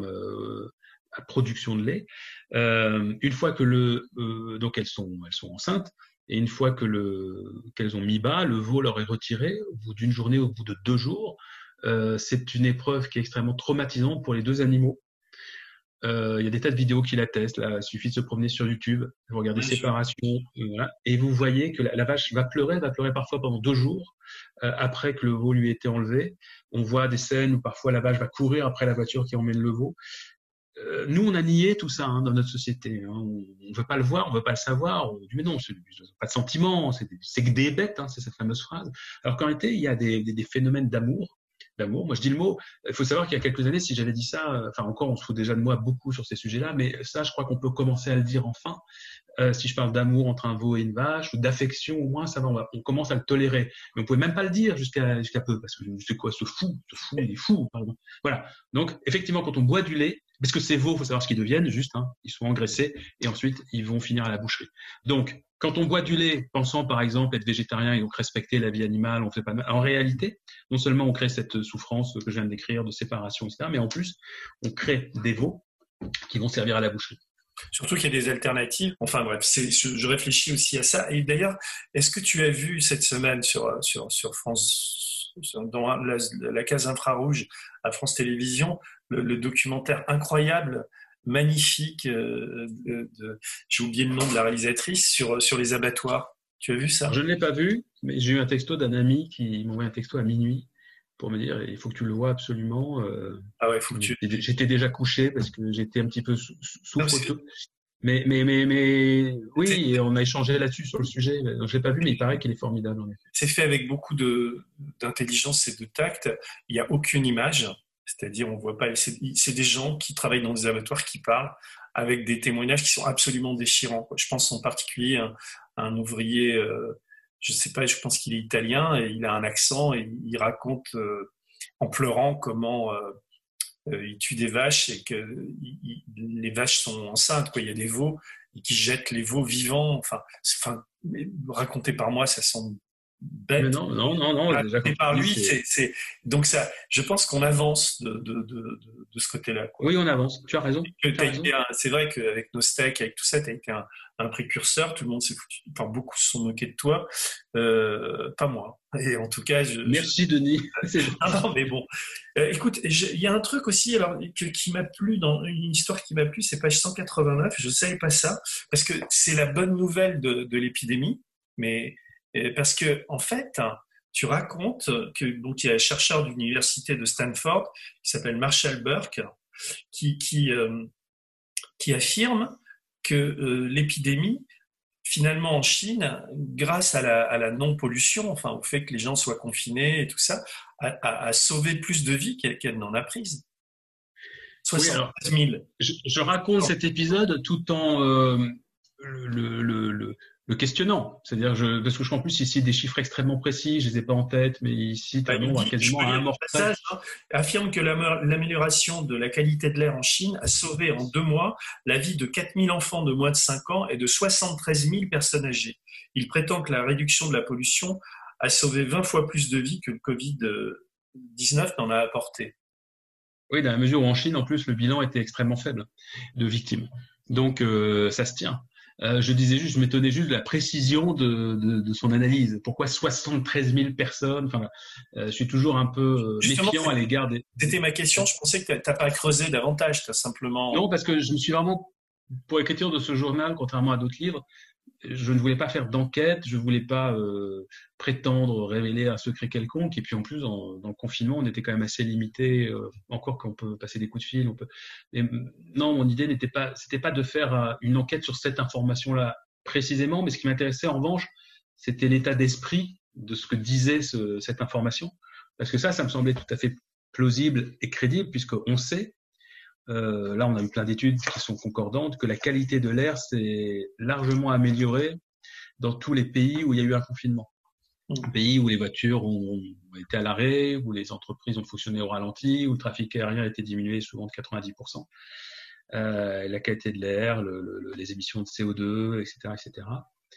Speaker 3: à production de lait. Une fois que donc elles sont enceintes, et une fois qu'elles ont mis bas, le veau leur est retiré au bout d'une journée, au bout de 2 jours. C'est une épreuve qui est extrêmement traumatisante pour les 2 animaux. Il y a des tas de vidéos qui l'attestent. Là, il suffit de se promener sur YouTube, vous regardez séparation, voilà, et vous voyez que la vache va pleurer parfois pendant 2 jours après que le veau lui ait été enlevé. On voit des scènes où parfois la vache va courir après la voiture qui emmène le veau. Nous, on a nié tout ça dans notre société. On ne veut pas le voir, on ne veut pas le savoir. On dit mais non, pas de sentiments, c'est que des bêtes, c'est cette fameuse phrase. Alors qu'en réalité, il y a des phénomènes d'amour. Moi, je dis le mot. Il faut savoir qu'il y a quelques années, si j'avais dit ça, encore, on se fout déjà de moi beaucoup sur ces sujets-là, mais ça, je crois qu'on peut commencer à le dire enfin. Si je parle d'amour entre un veau et une vache, ou d'affection, au moins, ça va, on commence à le tolérer. Mais on pouvait même pas le dire jusqu'à peu, parce que c'est quoi, ce fou, il est fou, pardon. Voilà. Donc, effectivement, quand on boit du lait, parce que ces veaux, il faut savoir ce qu'ils deviennent, juste, ils sont engraissés, et ensuite, ils vont finir à la boucherie. Donc, quand on boit du lait, pensant par exemple être végétarien et donc respecter la vie animale, on fait pas mal. En réalité, non seulement on crée cette souffrance que je viens de décrire de séparation, etc., mais en plus, on crée des veaux qui vont servir à la boucherie.
Speaker 2: Surtout qu'il y a des alternatives. Enfin bref, je réfléchis aussi à ça. Et d'ailleurs, est-ce que tu as vu cette semaine sur France, dans la case infrarouge à France Télévisions, le documentaire incroyable, magnifique, j'ai oublié le nom de la réalisatrice, sur les abattoirs. Tu as vu ça?
Speaker 3: Je ne l'ai pas vu, mais j'ai eu un texto d'un ami qui m'a envoyé un texto à minuit pour me dire il faut que tu le vois absolument.
Speaker 2: Ah ouais, faut que tu...
Speaker 3: J'étais déjà couché parce que j'étais un petit peu sous photo. Mais oui, et on a échangé là-dessus sur le sujet. Donc, je l'ai pas vu, mais il paraît qu'il est formidable en effet.
Speaker 2: C'est fait avec beaucoup d'intelligence et de tact. Il n'y a aucune image. C'est-à-dire, on voit pas. C'est des gens qui travaillent dans des abattoirs qui parlent avec des témoignages qui sont absolument déchirants. Je pense en particulier à un ouvrier, je sais pas, je pense qu'il est italien et il a un accent et il raconte en pleurant comment il tue des vaches et que les vaches sont enceintes. Il y a des veaux et qui jettent les veaux vivants. Raconté par moi, ça semble
Speaker 3: Mais
Speaker 2: bête
Speaker 3: non, déjà quand
Speaker 2: et par
Speaker 3: tu
Speaker 2: lui.
Speaker 3: dis,
Speaker 2: Donc ça, je pense qu'on avance de ce côté-là, quoi.
Speaker 3: oui, on avance. Tu as raison. Tu as raison.
Speaker 2: C'est vrai qu'avec nos steaks, avec tout ça, tu as été un précurseur. Tout le monde s'est foutu. Enfin, beaucoup se sont moqués de toi. Pas moi. Et en tout cas,
Speaker 3: Merci, Denis. C'est gentil.
Speaker 2: non, mais bon. Écoute, il y a un truc aussi alors, qui m'a plu, dans une histoire qui m'a plu, c'est page 189. Je ne savais pas ça, parce que c'est la bonne nouvelle de l'épidémie. Mais parce que, en fait, hein, tu racontes donc il y a un chercheur de l'université de Stanford qui s'appelle Marshall Burke qui, qui, euh, qui affirme que l'épidémie, finalement en Chine, grâce à la non-pollution, enfin au fait que les gens soient confinés et tout ça, a sauvé plus de vies qu'elle n'en a prises.
Speaker 3: Oui, alors,
Speaker 2: 73 000.
Speaker 3: je raconte cet épisode tout en le questionnant. C'est-à-dire, parce que en plus, ici, des chiffres extrêmement précis, je les ai pas en tête, mais ici, tu as quasiment à un mort près.
Speaker 2: Affirme que l'amélioration de la qualité de l'air en Chine a sauvé en 2 mois la vie de 4 000 enfants de moins de 5 ans et de 73 000 personnes âgées. Il prétend que la réduction de la pollution a sauvé 20 fois plus de vies que le Covid-19 n'en a apporté.
Speaker 3: Oui, dans la mesure où en Chine, en plus, le bilan était extrêmement faible de victimes. Donc, ça se tient. Je m'étonnais juste de la précision de son analyse. Pourquoi 73 000 personnes? Enfin, je suis toujours un peu méfiant à l'égard des.
Speaker 2: C'était ma question. Je pensais que t'as pas creusé davantage. T'as simplement.
Speaker 3: Non, parce que je me suis vraiment, pour l'écriture de ce journal, contrairement à d'autres livres, je ne voulais pas faire d'enquête, je ne voulais pas prétendre révéler un secret quelconque. Et puis en plus, dans le confinement, on était quand même assez limité. Encore qu'on peut passer des coups de fil, Et, non, mon idée c'était pas de faire une enquête sur cette information-là précisément, mais ce qui m'intéressait en revanche, c'était l'état d'esprit de ce que disait cette information, parce que ça me semblait tout à fait plausible et crédible, puisqu'on sait. Là, on a eu plein d'études qui sont concordantes, que la qualité de l'air s'est largement améliorée dans tous les pays où il y a eu un confinement. Pays où les voitures ont été à l'arrêt, où les entreprises ont fonctionné au ralenti, où le trafic aérien a été diminué souvent de 90%. La qualité de l'air, les émissions de CO2, etc.,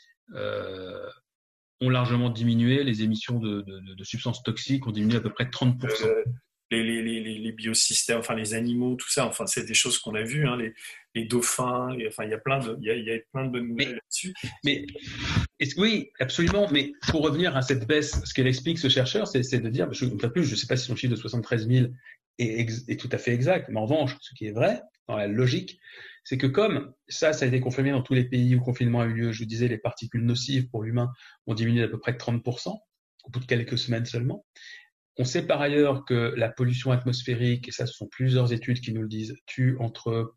Speaker 3: ont largement diminué. Les émissions de substances toxiques ont diminué à peu près de 30%.
Speaker 2: Les biosystèmes, enfin les animaux, tout ça, enfin c'est des choses qu'on a vues, hein, les dauphins, enfin il y a plein de bonnes nouvelles là-dessus.
Speaker 3: Mais oui, absolument. Mais pour revenir à cette baisse, ce qu'elle explique, ce chercheur, c'est de dire, je ne sais pas si son chiffre de 73 000 est tout à fait exact, mais en revanche, ce qui est vrai dans la logique, c'est que comme ça a été confirmé dans tous les pays où le confinement a eu lieu, je vous disais, les particules nocives pour l'humain ont diminué d'à peu près de 30% au bout de quelques semaines seulement. On sait par ailleurs que la pollution atmosphérique, et ça ce sont plusieurs études qui nous le disent, tue entre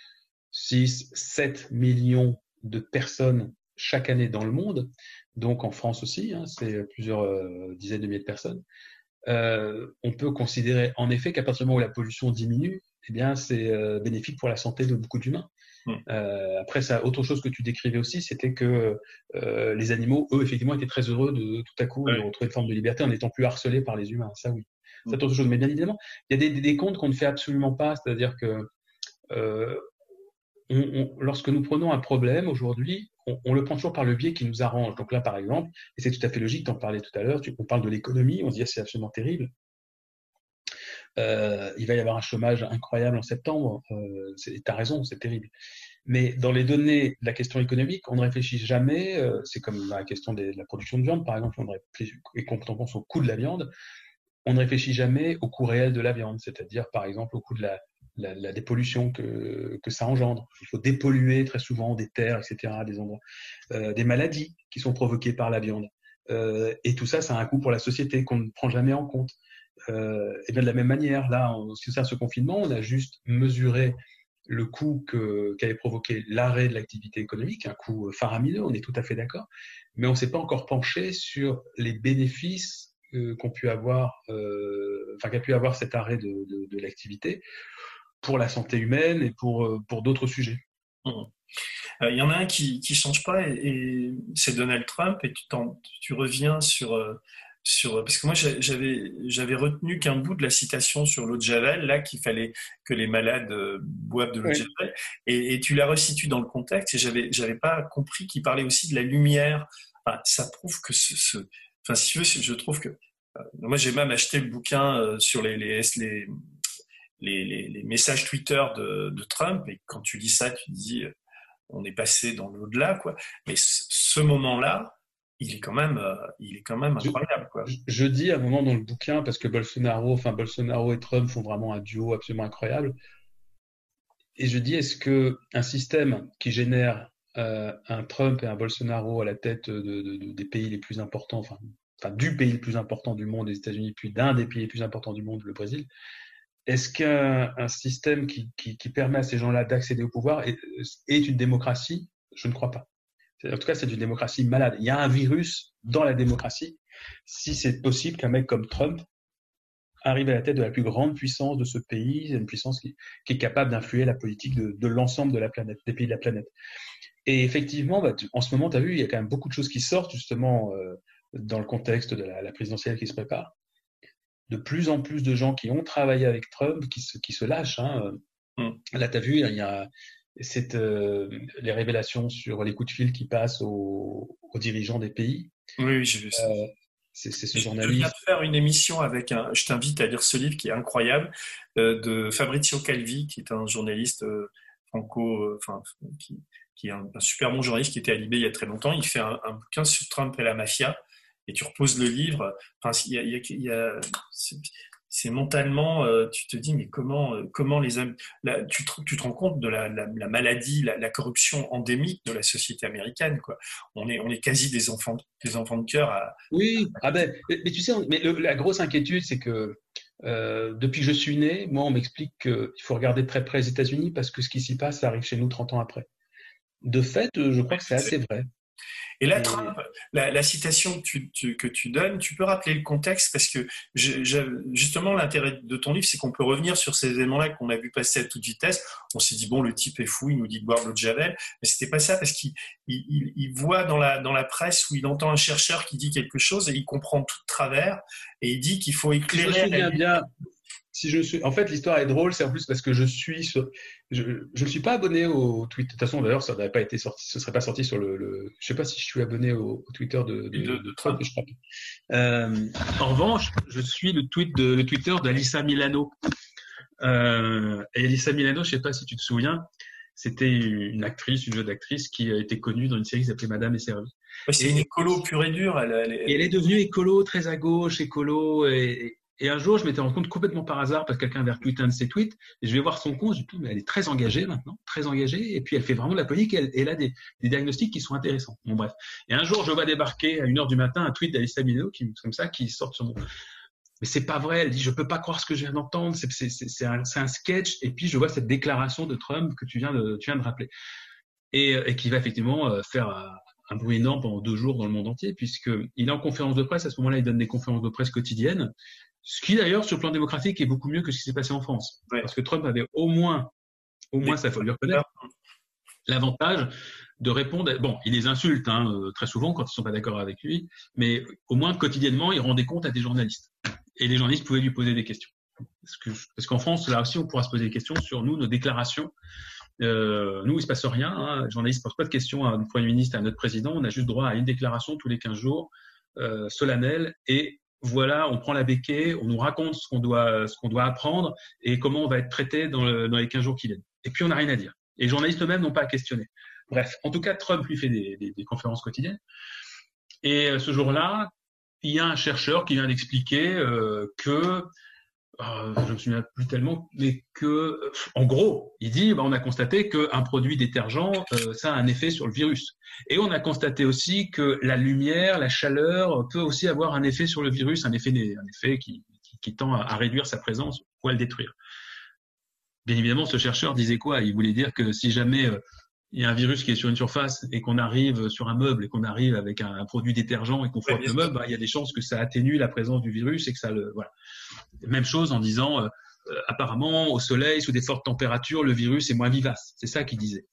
Speaker 3: 6-7 millions de personnes chaque année dans le monde, donc en France aussi, hein, c'est plusieurs dizaines de milliers de personnes. On peut considérer en effet qu'à partir du moment où la pollution diminue, eh bien c'est bénéfique pour la santé de beaucoup d'humains. Après, ça, autre chose que tu décrivais aussi, c'était que les animaux, eux, effectivement, étaient très heureux de tout à coup de retrouver une forme de liberté en n'étant plus harcelés par les humains. Ça, oui. C'est autre chose. Mais bien évidemment, il y a des comptes qu'on ne fait absolument pas. C'est-à-dire que lorsque nous prenons un problème aujourd'hui, on le prend toujours par le biais qui nous arrange. Donc là, par exemple, et c'est tout à fait logique, tu en parlais tout à l'heure, on parle de l'économie, on se dit c'est absolument terrible. Il va y avoir un chômage incroyable en septembre. Tu as raison, c'est terrible. Mais dans les données de la question économique, on ne réfléchit jamais. C'est comme dans la question de la production de viande, par exemple, et quand on pense au coût de la viande, on ne réfléchit jamais au coût réel de la viande, c'est-à-dire, par exemple, au coût de la dépollution que ça engendre. Il faut dépolluer très souvent des terres, etc., des endroits, des maladies qui sont provoquées par la viande. Et tout ça, ça a un coût pour la société qu'on ne prend jamais en compte. Et bien de la même manière, là, en ce qui concerne ce confinement, on a juste mesuré le coût qu'avait provoqué l'arrêt de l'activité économique, un coût faramineux, on est tout à fait d'accord, mais on ne s'est pas encore penché sur les bénéfices qu'a pu avoir cet arrêt de l'activité pour la santé humaine et pour d'autres sujets.
Speaker 2: Il y en a un qui change pas et c'est Donald Trump, et tu reviens sur parce que moi j'avais retenu qu'un bout de la citation sur l'eau de Javel, là, qu'il fallait que les malades boivent de l'eau de Javel, et tu la resitues dans le contexte, et j'avais pas compris qu'il parlait aussi de la lumière. Enfin, ça prouve que Enfin, si tu veux, je trouve que moi j'ai même acheté le bouquin sur les messages Twitter de Trump, et quand tu lis ça, tu te dis on est passé dans l'au-delà, quoi. Mais ce moment-là, il est quand même incroyable, quoi.
Speaker 3: Je dis à un moment dans le bouquin, parce que Bolsonaro et Trump font vraiment un duo absolument incroyable, et je dis, est-ce que un système qui génère un Trump et un Bolsonaro à la tête des pays les plus importants, enfin du pays le plus important du monde, les États-Unis, puis d'un des pays les plus importants du monde, le Brésil, est-ce qu'un système qui permet à ces gens-là d'accéder au pouvoir est une démocratie? Je ne crois pas. En tout cas, c'est une démocratie malade. Il y a un virus dans la démocratie. Si c'est possible qu'un mec comme Trump arrive à la tête de la plus grande puissance de ce pays, une puissance qui est capable d'influer la politique de l'ensemble de la planète, des pays de la planète. Et effectivement, en ce moment, tu as vu, il y a quand même beaucoup de choses qui sortent justement dans le contexte de la présidentielle qui se prépare. De plus en plus de gens qui ont travaillé avec Trump qui se lâchent. Là, tu as vu, il y a les révélations sur les coups de fil qui passent aux dirigeants des pays.
Speaker 2: Oui, j'ai vu ça.
Speaker 3: C'est ce journaliste.
Speaker 2: Je viens de faire une émission je t'invite à lire ce livre qui est incroyable, de Fabrizio Calvi, qui est un journaliste qui est un super bon journaliste qui était à Libé il y a très longtemps. Il fait un bouquin sur Trump et la mafia, et tu reposes le livre. Enfin, c'est mentalement, tu te dis, mais comment les hommes, là, tu te rends compte de la maladie, la corruption endémique de la société américaine, quoi. On est quasi des enfants de cœur.
Speaker 3: Oui, mais tu sais, la grosse inquiétude, c'est que depuis que je suis né, moi, on m'explique qu'il faut regarder de très près les États-Unis parce que ce qui s'y passe, ça arrive chez nous 30 ans après. De fait, je crois que c'est assez vrai.
Speaker 2: Et là, Trump, la citation que tu donnes, tu peux rappeler le contexte, parce que justement, l'intérêt de ton livre, c'est qu'on peut revenir sur ces éléments-là qu'on a vu passer à toute vitesse. On s'est dit, bon, le type est fou, il nous dit de boire de l'eau de Javel, mais c'était pas ça, parce qu'il voit dans la presse où il entend un chercheur qui dit quelque chose et il comprend tout de travers, et il dit qu'il faut éclairer.
Speaker 3: Je me souviens bien. En fait, l'histoire est drôle, c'est en plus parce que je ne suis pas abonné au Twitter. De toute façon, d'ailleurs, ça n'aurait pas été sorti, ce serait pas sorti sur je sais pas si je suis abonné au Twitter de Trump, je crois pas. En revanche, je suis le Twitter d'Alyssa Milano. Et Alyssa Milano, je sais pas si tu te souviens, c'était une jeune actrice qui a été connue dans une série qui s'appelait Madame est servie.
Speaker 2: C'est une écolo pure et dure.
Speaker 3: Et elle est devenue écolo, très à gauche, écolo, et un jour, je m'étais rendu compte complètement par hasard, parce que quelqu'un avait retweeté un de ses tweets, et je vais voir son compte, je me dis, mais elle est très engagée maintenant, très engagée, et puis elle fait vraiment de la politique, et elle a des diagnostics qui sont intéressants. Bon, bref. Et un jour, je vois débarquer à 1h du matin un tweet d'Alyssa Milano, comme ça, qui sort sur mon... Mais c'est pas vrai, elle dit, je peux pas croire ce que je viens d'entendre, c'est un sketch, et puis je vois cette déclaration de Trump que tu viens de rappeler. Et qui va effectivement faire un bruit énorme pendant 2 jours dans le monde entier, puisqu'il est en conférence de presse, à ce moment-là, il donne des conférences de presse quotidiennes, ce qui d'ailleurs, sur le plan démocratique, est beaucoup mieux que ce qui s'est passé en France. Ouais. Parce que Trump avait au moins, ça faut lui reconnaître, l'avantage de répondre. Bon, il les insulte très souvent quand ils sont pas d'accord avec lui, mais au moins quotidiennement, il rendait compte à des journalistes. Et les journalistes pouvaient lui poser des questions. Parce qu'en France, là aussi, on pourra se poser des questions sur nos déclarations. Nous, il se passe rien. Les journalistes ne posent pas de questions à notre Premier ministre, à notre président. On a juste droit à une déclaration tous les 15 jours, solennelle, et voilà, on prend la béquille, on nous raconte ce qu'on doit apprendre et comment on va être traité dans les 15 jours qui viennent. Et puis, on n'a rien à dire. Et les journalistes eux-mêmes n'ont pas à questionner. Bref, en tout cas, Trump lui fait des conférences quotidiennes. Et ce jour-là, il y a un chercheur qui vient d'expliquer que, je me souviens plus tellement, mais que, en gros, il dit, on a constaté qu'un produit détergent, ça a un effet sur le virus. Et on a constaté aussi que la lumière, la chaleur peut aussi avoir un effet sur le virus, un effet qui tend à réduire sa présence ou à le détruire. Bien évidemment, ce chercheur disait quoi? Il voulait dire que si jamais il y a un virus qui est sur une surface et qu'on arrive sur un meuble et qu'on arrive avec un produit détergent et qu'on frotte le meuble, il y a des chances que ça atténue la présence du virus et que ça voilà. Même chose en disant, apparemment, au soleil, sous des fortes températures, le virus est moins vivace. C'est ça qu'il disait.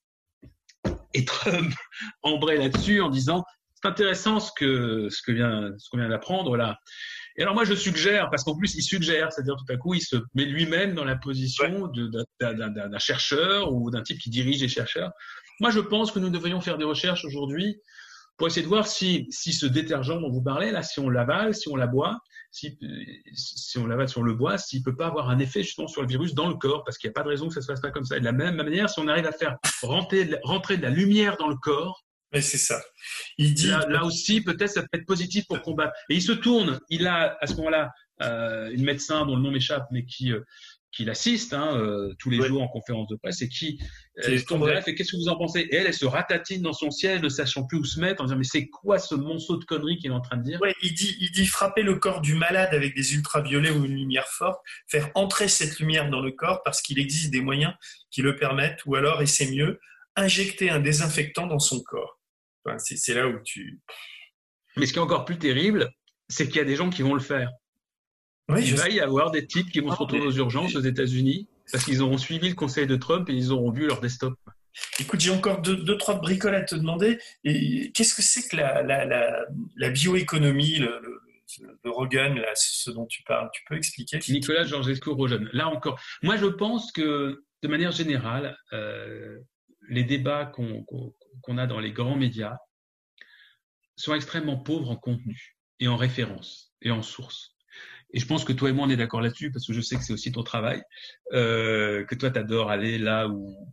Speaker 3: Et Trump embraye là-dessus en disant, c'est intéressant ce qu'on vient d'apprendre là. Et alors moi je suggère, parce qu'en plus il suggère, c'est-à-dire tout à coup il se met lui-même dans la position d'un chercheur ou d'un type qui dirige les chercheurs. Moi je pense que nous devrions faire des recherches aujourd'hui pour essayer de voir si ce détergent dont vous parlez, là, si on l'avale, si on la boit, si on l'avale, si on le boit, s'il peut pas avoir un effet justement sur le virus dans le corps, parce qu'il n'y a pas de raison que ça se fasse pas comme ça. Et de la même manière, si on arrive à faire rentrer de la lumière dans le corps,
Speaker 2: mais c'est ça. Il dit
Speaker 3: là aussi, peut-être, ça peut être positif pour combattre. Et il se tourne. Il a, à ce moment-là, une médecin dont le nom m'échappe, mais qui l'assiste tous les jours en conférence de presse et qui se tourne vers elle et fait « Qu'est-ce que vous en pensez ?» Et elle se ratatine dans son siège, ne sachant plus où se mettre, en disant « Mais c'est quoi ce monceau de conneries qu'il est en train de dire ?»
Speaker 2: Ouais, il dit frapper le corps du malade avec des ultraviolets ou une lumière forte, faire entrer cette lumière dans le corps parce qu'il existe des moyens qui le permettent, ou alors, et c'est mieux, injecter un désinfectant dans son corps. Enfin, c'est là où tu…
Speaker 3: Mais ce qui est encore plus terrible, c'est qu'il y a des gens qui vont le faire.
Speaker 2: Oui,
Speaker 3: il va y avoir des types qui vont se retrouver aux urgences aux États-Unis parce qu'ils auront suivi le conseil de Trump et ils auront vu leur desktop.
Speaker 2: Écoute, j'ai encore deux, trois bricoles à te demander. Et qu'est-ce que c'est que la bioéconomie, le Rogan, là, ce dont tu parles? Tu peux expliquer?
Speaker 3: Nicolas Georgescu-Roegen. Là encore, moi je pense que de manière générale, les débats qu'on a dans les grands médias sont extrêmement pauvres en contenu et en références et en sources. Et je pense que toi et moi, on est d'accord là-dessus parce que je sais que c'est aussi ton travail, que toi, tu adores aller là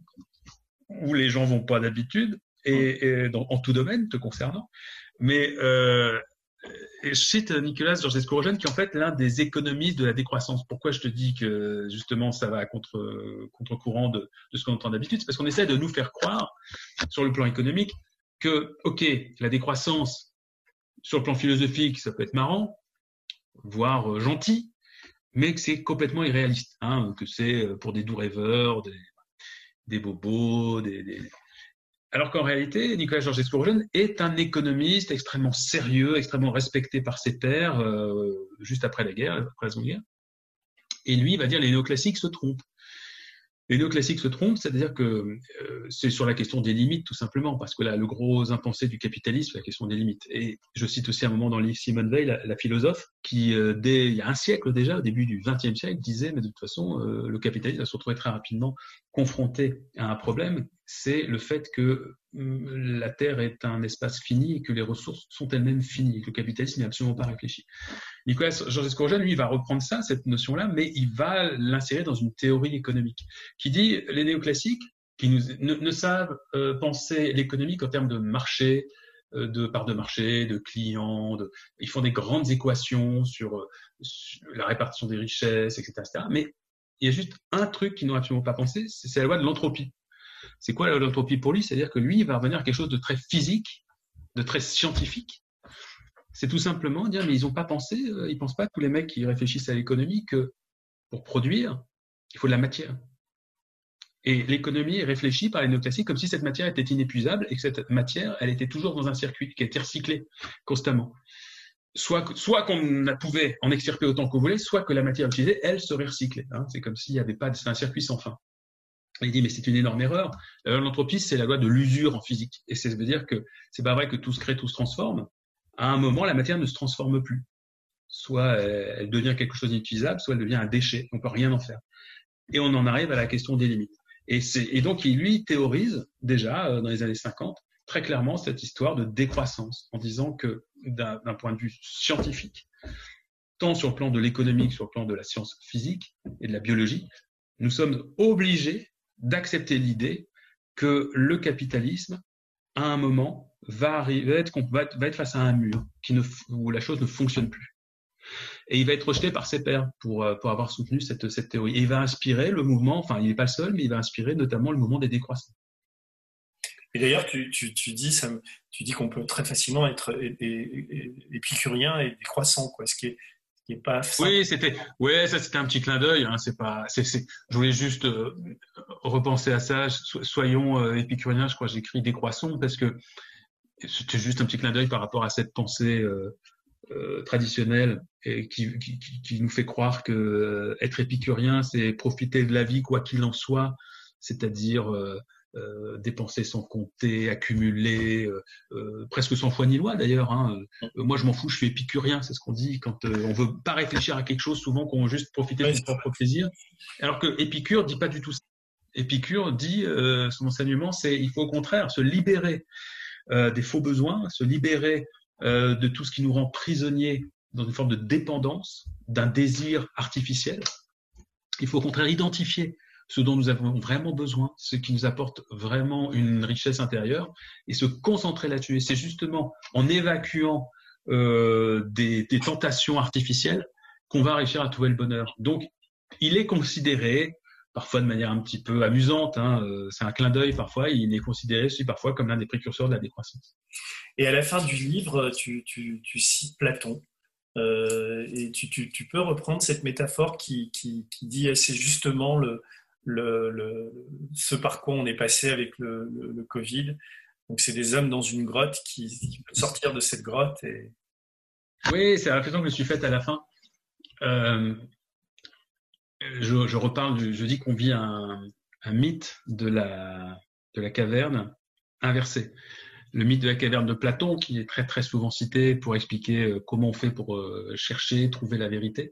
Speaker 3: où les gens vont pas d'habitude et en tout domaine te concernant. Mais je cite Nicolas Georgescu-Roegen qui est en fait l'un des économistes de la décroissance. Pourquoi je te dis que justement ça va à contre-courant de ce qu'on entend d'habitude? C'est parce qu'on essaie de nous faire croire sur le plan économique que, ok, la décroissance sur le plan philosophique, ça peut être marrant, voire gentil, mais que c'est complètement irréaliste, que c'est pour des doux rêveurs, des bobos, Alors qu'en réalité, Nicolas Georgescu-Roegen est un économiste extrêmement sérieux, extrêmement respecté par ses pairs, juste après la Seconde Guerre. Et lui, il va dire les néoclassiques se trompent. Les néoclassiques se trompent, c'est-à-dire que c'est sur la question des limites, tout simplement, parce que là, le gros impensé du capitalisme, c'est la question des limites. Et je cite aussi un moment dans le livre Simone Weil, la philosophe, qui, il y a un siècle déjà, au début du XXe siècle, disait, mais de toute façon, le capitalisme va se retrouver très rapidement confronté à un problème, c'est le fait que la Terre est un espace fini et que les ressources sont elles-mêmes finies, et que le capitalisme n'est absolument pas réfléchi. Nicolas Georgescu-Roegen, lui, va reprendre ça, cette notion-là, mais il va l'insérer dans une théorie économique qui dit les néoclassiques qui ne savent penser l'économie qu'en termes de marché, de part de marché, de clients, ils font des grandes équations sur la répartition des richesses, etc., etc. Mais il y a juste un truc qu'ils n'ont absolument pas pensé, c'est la loi de l'entropie. C'est quoi la loi de l'entropie pour lui? C'est-à-dire que lui, il va revenir à quelque chose de très physique, de très scientifique. C'est tout simplement dire, mais ils n'ont pas pensé, ils pensent pas, tous les mecs qui réfléchissent à l'économie, que pour produire, il faut de la matière. Et l'économie est réfléchie par les néoclassiques comme si cette matière était inépuisable et que cette matière, elle était toujours dans un circuit qui était recyclé constamment. Soit qu'on pouvait en extirper autant qu'on voulait, soit que la matière utilisée, elle, serait recyclée. C'est comme s'il n'y avait pas, c'est un circuit sans fin. Il dit, mais c'est une énorme erreur. La loi de l'entropie, c'est la loi de l'usure en physique. Et ça veut dire que c'est pas vrai que tout se crée, tout se transforme. À un moment, la matière ne se transforme plus. Soit elle devient quelque chose d'inutilisable, soit elle devient un déchet. On peut rien en faire. Et on en arrive à la question des limites. Et donc, il, lui, théorise déjà, dans les années 50, très clairement cette histoire de décroissance, en disant que d'un point de vue scientifique, tant sur le plan de l'économie que sur le plan de la science physique et de la biologie, nous sommes obligés d'accepter l'idée que le capitalisme, à un moment, va être face à un mur où la chose ne fonctionne plus. Et il va être rejeté par ses pairs pour avoir soutenu cette théorie. Et il va inspirer le mouvement, enfin, il n'est pas le seul, mais il va inspirer notamment le mouvement des décroissants.
Speaker 2: Et d'ailleurs, tu dis qu'on peut très facilement être épicurien et décroissant, quoi, ce qui est pas simple.
Speaker 3: Oui, c'était un petit clin d'œil. Je voulais juste repenser à ça. Soyons épicuriens. Je crois que j'écris décroissant parce que c'était juste un petit clin d'œil par rapport à cette pensée traditionnelle et qui nous fait croire que être épicurien, c'est profiter de la vie quoi qu'il en soit, c'est-à-dire dépenser sans compter, accumuler, presque sans foi ni loi d'ailleurs. Moi je m'en fous, je suis épicurien, c'est ce qu'on dit quand on veut pas réfléchir à quelque chose, souvent qu'on veut juste profiter de son propre plaisir. Alors que Épicure dit pas du tout ça. Épicure dit, son enseignement, c'est il faut au contraire se libérer des faux besoins, se libérer de tout ce qui nous rend prisonniers dans une forme de dépendance, d'un désir artificiel. Il faut au contraire identifier ce dont nous avons vraiment besoin, ce qui nous apporte vraiment une richesse intérieure, et se concentrer là-dessus. Et c'est justement en évacuant des tentations artificielles qu'on va réussir à trouver le bonheur. Donc, il est considéré, parfois de manière un petit peu amusante, c'est un clin d'œil parfois, il est considéré aussi parfois comme l'un des précurseurs de la décroissance.
Speaker 2: Et à la fin du livre, tu cites Platon. Et tu peux reprendre cette métaphore qui dit assez justement ce par quoi on est passé avec le Covid. Donc, c'est des hommes dans une grotte qui peuvent sortir de cette grotte.
Speaker 3: Oui, c'est la réflexion que je me suis faite à la fin. Je reparle, je dis qu'on vit un mythe de la caverne inversé. Le mythe de la caverne de Platon, qui est très très souvent cité pour expliquer comment on fait pour chercher, trouver la vérité.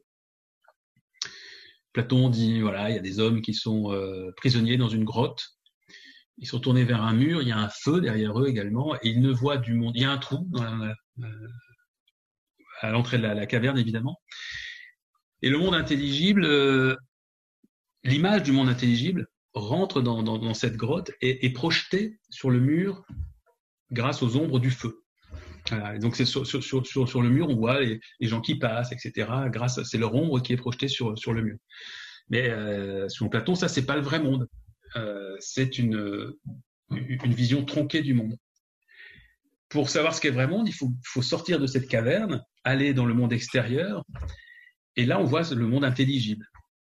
Speaker 3: Platon dit, voilà, il y a des hommes qui sont prisonniers dans une grotte. Ils sont tournés vers un mur, il y a un feu derrière eux également, et ils ne voient du monde. Il y a un trou à l'entrée de la caverne, évidemment. Et le monde intelligible, l'image du monde intelligible rentre dans cette grotte et est projetée sur le mur grâce aux ombres du feu. Voilà. Et donc c'est sur le mur, on voit les gens qui passent, etc. C'est leur ombre qui est projetée sur le mur. Mais selon Platon, ça c'est pas le vrai monde. C'est une vision tronquée du monde. Pour savoir ce qu'est le vrai monde, il faut sortir de cette caverne, aller dans le monde extérieur, et là on voit le monde intelligible.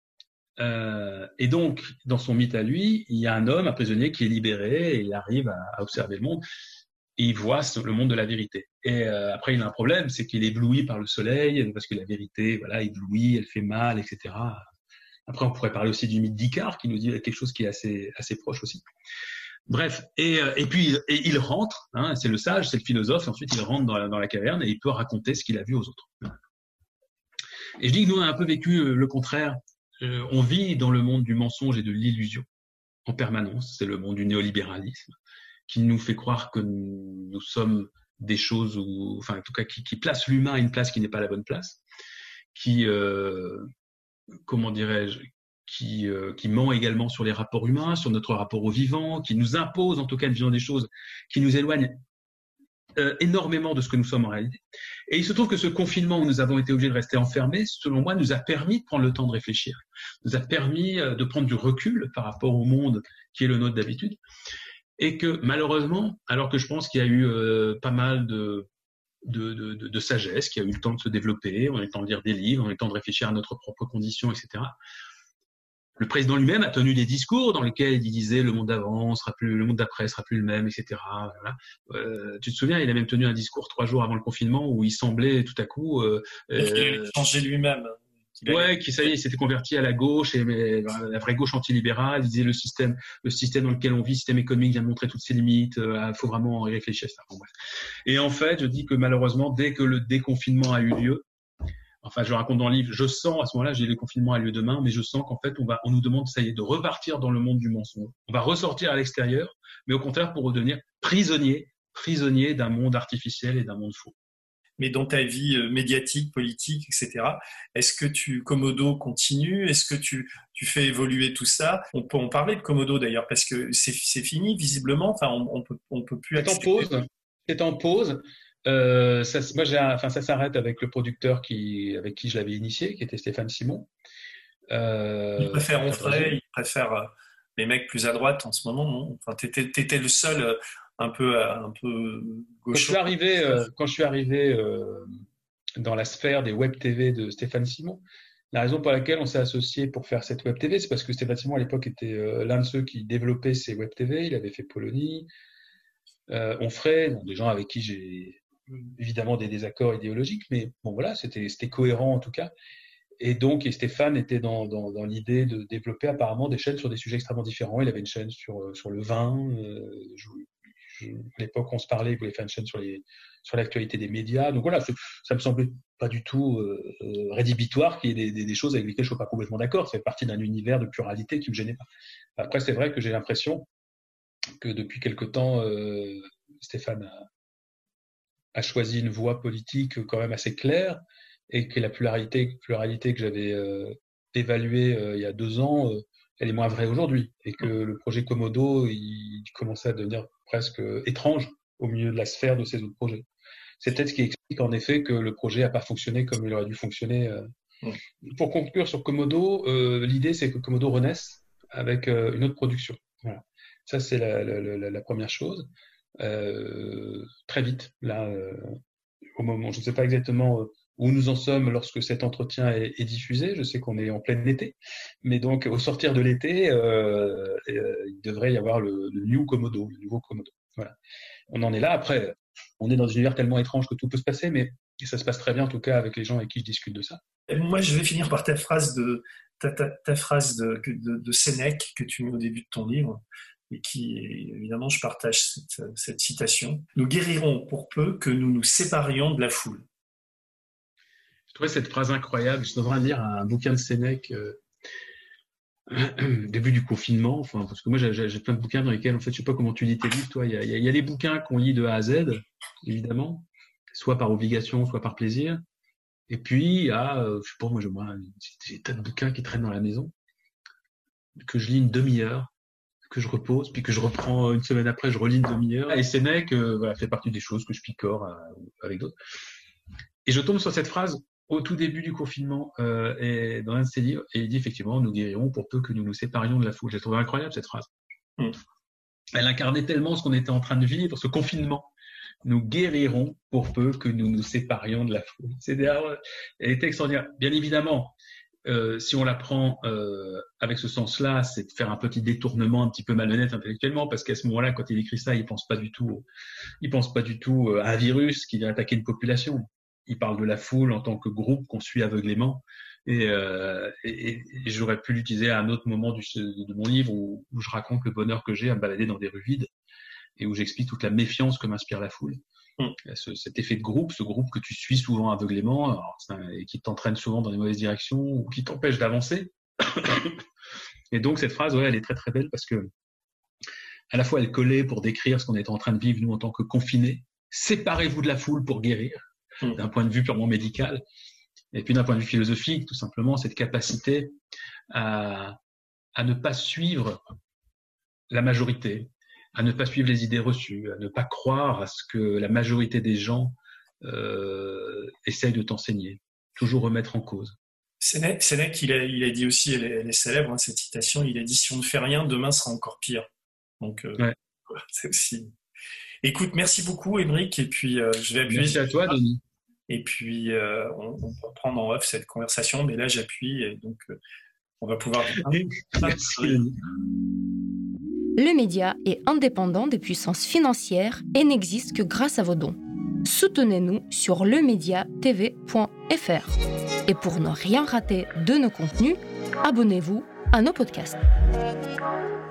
Speaker 3: Et donc, dans son mythe à lui, il y a un homme, un prisonnier qui est libéré, et il arrive à observer le monde. Et il voit le monde de la vérité. Et après, il a un problème, c'est qu'il est ébloui par le soleil, parce que la vérité, voilà, éblouit, elle fait mal, etc. Après, on pourrait parler aussi du mythe d'Icare, qui nous dit quelque chose qui est assez proche aussi. Bref, et puis il rentre, c'est le sage, c'est le philosophe, et ensuite il rentre dans la caverne et il peut raconter ce qu'il a vu aux autres. Et je dis que nous, on a un peu vécu le contraire. On vit dans le monde du mensonge et de l'illusion en permanence. C'est le monde du néolibéralisme, qui nous fait croire que nous sommes des choses, enfin en tout cas qui place l'humain à une place qui n'est pas la bonne place, qui comment dirais-je, qui ment également sur les rapports humains, sur notre rapport au vivant, qui nous impose en tout cas une vision des choses qui nous éloigne énormément de ce que nous sommes en réalité. Et il se trouve que ce confinement où nous avons été obligés de rester enfermés, selon moi, nous a permis de prendre le temps de réfléchir, nous a permis de prendre du recul par rapport au monde qui est le nôtre d'habitude. Et que malheureusement, alors que je pense qu'il y a eu pas mal de sagesse, qui a eu le temps de se développer, on a eu le temps de lire des livres, on a eu le temps de réfléchir à notre propre condition, etc. Le président lui-même a tenu des discours dans lesquels il disait le monde d'avant sera plus, le monde d'après sera plus le même, etc. Voilà. Tu te souviens, il a même tenu un discours 3 jours avant le confinement où il semblait tout à coup
Speaker 2: il a changé lui-même.
Speaker 3: Qui ça y est, il s'était converti à la gauche, mais la vraie gauche antilibérale. Il disait le système dans lequel on vit, le système économique vient de montrer toutes ses limites. Faut vraiment y réfléchir à ça. Bon, bref. Et en fait, je dis que malheureusement, dès que le déconfinement a eu lieu, enfin, je le raconte dans le livre, je sens à ce moment-là, j'ai le confinement a lieu demain, mais je sens qu'en fait, on nous demande, ça y est, de repartir dans le monde du mensonge. On va ressortir à l'extérieur, mais au contraire pour redevenir prisonnier d'un monde artificiel et d'un monde faux.
Speaker 2: Mais dans ta vie médiatique, politique, etc., est-ce que Komodo continue? Est-ce que tu fais évoluer tout ça? On peut en parler de Komodo d'ailleurs, parce que c'est fini visiblement. Enfin, on peut plus accepter.
Speaker 3: C'est en pause. Ça s'arrête avec le producteur avec qui je l'avais initié, qui était Stéphane Simon.
Speaker 2: Il préfère Onfray, il préfère les mecs plus à droite en ce moment, non? Enfin, t'étais le seul un peu gaucho.
Speaker 3: Quand je suis arrivé dans la sphère des web TV de Stéphane Simon, la raison pour laquelle on s'est associé pour faire cette web TV, c'est parce que Stéphane Simon à l'époque était l'un de ceux qui développaient ces web TV. Il avait fait Polony, Onfray, des gens avec qui j'ai évidemment des désaccords idéologiques, mais bon voilà, c'était cohérent en tout cas. Et Stéphane était dans l'idée de développer apparemment des chaînes sur des sujets extrêmement différents. Il avait une chaîne sur le vin. À l'époque, on se parlait, il voulait faire une chaîne sur l'actualité des médias. Donc voilà, ça me semblait pas du tout rédhibitoire qu'il y ait des choses avec lesquelles je ne sois pas complètement d'accord. Ça fait partie d'un univers de pluralité qui me gênait pas. Après, c'est vrai que j'ai l'impression que depuis quelque temps, Stéphane a choisi une voie politique quand même assez claire, et que la pluralité que j'avais évaluée il y a 2 ans, elle est moins vraie aujourd'hui, et que le projet Komodo, il commençait à devenir presque étrange au milieu de la sphère de ces autres projets. C'est peut-être ce qui explique en effet que le projet n'a pas fonctionné comme il aurait dû fonctionner. Pour conclure sur Komodo, l'idée c'est que Komodo renaisse avec une autre production. Voilà. Ça c'est la première chose. Très vite, là, au moment, je ne sais pas exactement où nous en sommes lorsque cet entretien est diffusé. Je sais qu'on est en plein été, mais donc au sortir de l'été, il devrait y avoir le nouveau Komodo. Voilà. On en est là. Après, on est dans un univers tellement étrange que tout peut se passer, mais ça se passe très bien en tout cas avec les gens avec qui je discute de ça.
Speaker 2: Et moi, je vais finir par ta phrase de Sénèque que tu mets au début de ton livre, et qui, évidemment, je partage cette citation. Nous guérirons pour peu que nous nous séparions de la foule.
Speaker 3: Je trouvais cette phrase incroyable. Je devrais lire un bouquin de Sénèque début du confinement, enfin, parce que moi j'ai plein de bouquins dans lesquels, en fait, je sais pas comment tu lis tes livres, toi. Il y a des bouquins qu'on lit de A à Z, évidemment, soit par obligation, soit par plaisir. Et puis il y a, je sais pas, moi j'ai tas de bouquins qui traînent dans la maison, que je lis une demi-heure, que je repose, puis que je reprends une semaine après, je relis une demi-heure. Et Sénèque, voilà, fait partie des choses que je picore avec d'autres. Et je tombe sur cette phrase au tout début du confinement, et dans un de ses livres, et il dit effectivement, nous guérirons pour peu que nous nous séparions de la foule. J'ai trouvé incroyable cette phrase. Elle incarnait tellement ce qu'on était en train de vivre, ce confinement. Nous guérirons pour peu que nous nous séparions de la foule. Elle était extraordinaire. Bien évidemment, si on la prend avec ce sens-là, c'est de faire un petit détournement un petit peu malhonnête intellectuellement, parce qu'à ce moment-là, quand il écrit ça, il pense pas du tout à un virus qui vient attaquer une population. Il parle de la foule en tant que groupe qu'on suit aveuglément, et j'aurais pu l'utiliser à un autre moment de mon livre où je raconte le bonheur que j'ai à me balader dans des rues vides, et où j'explique toute la méfiance que m'inspire la foule. Cet effet de groupe, ce groupe que tu suis souvent aveuglément, et qui t'entraîne souvent dans les mauvaises directions, ou qui t'empêche d'avancer. Et donc cette phrase, ouais, elle est très très belle, parce que à la fois elle collait pour décrire ce qu'on était en train de vivre nous en tant que confinés. Séparez-vous de la foule pour guérir, d'un point de vue purement médical, et puis d'un point de vue philosophique, tout simplement, cette capacité à ne pas suivre la majorité, à ne pas suivre les idées reçues, à ne pas croire à ce que la majorité des gens essayent de t'enseigner, toujours remettre en cause.
Speaker 2: Sénèque, il a dit aussi, elle est célèbre, hein, cette citation, il a dit « Si on ne fait rien, demain sera encore pire ». Donc, ouais. C'est aussi... Écoute, merci beaucoup, Émeric, et puis je vais appuyer...
Speaker 3: Merci à toi, Denis.
Speaker 2: Et puis, on peut prendre en off cette conversation, mais là, j'appuie, et donc on va pouvoir...
Speaker 3: Merci.
Speaker 4: Le média est indépendant des puissances financières et n'existe que grâce à vos dons. Soutenez-nous sur lemediatv.fr. Et pour ne rien rater de nos contenus, abonnez-vous à nos podcasts.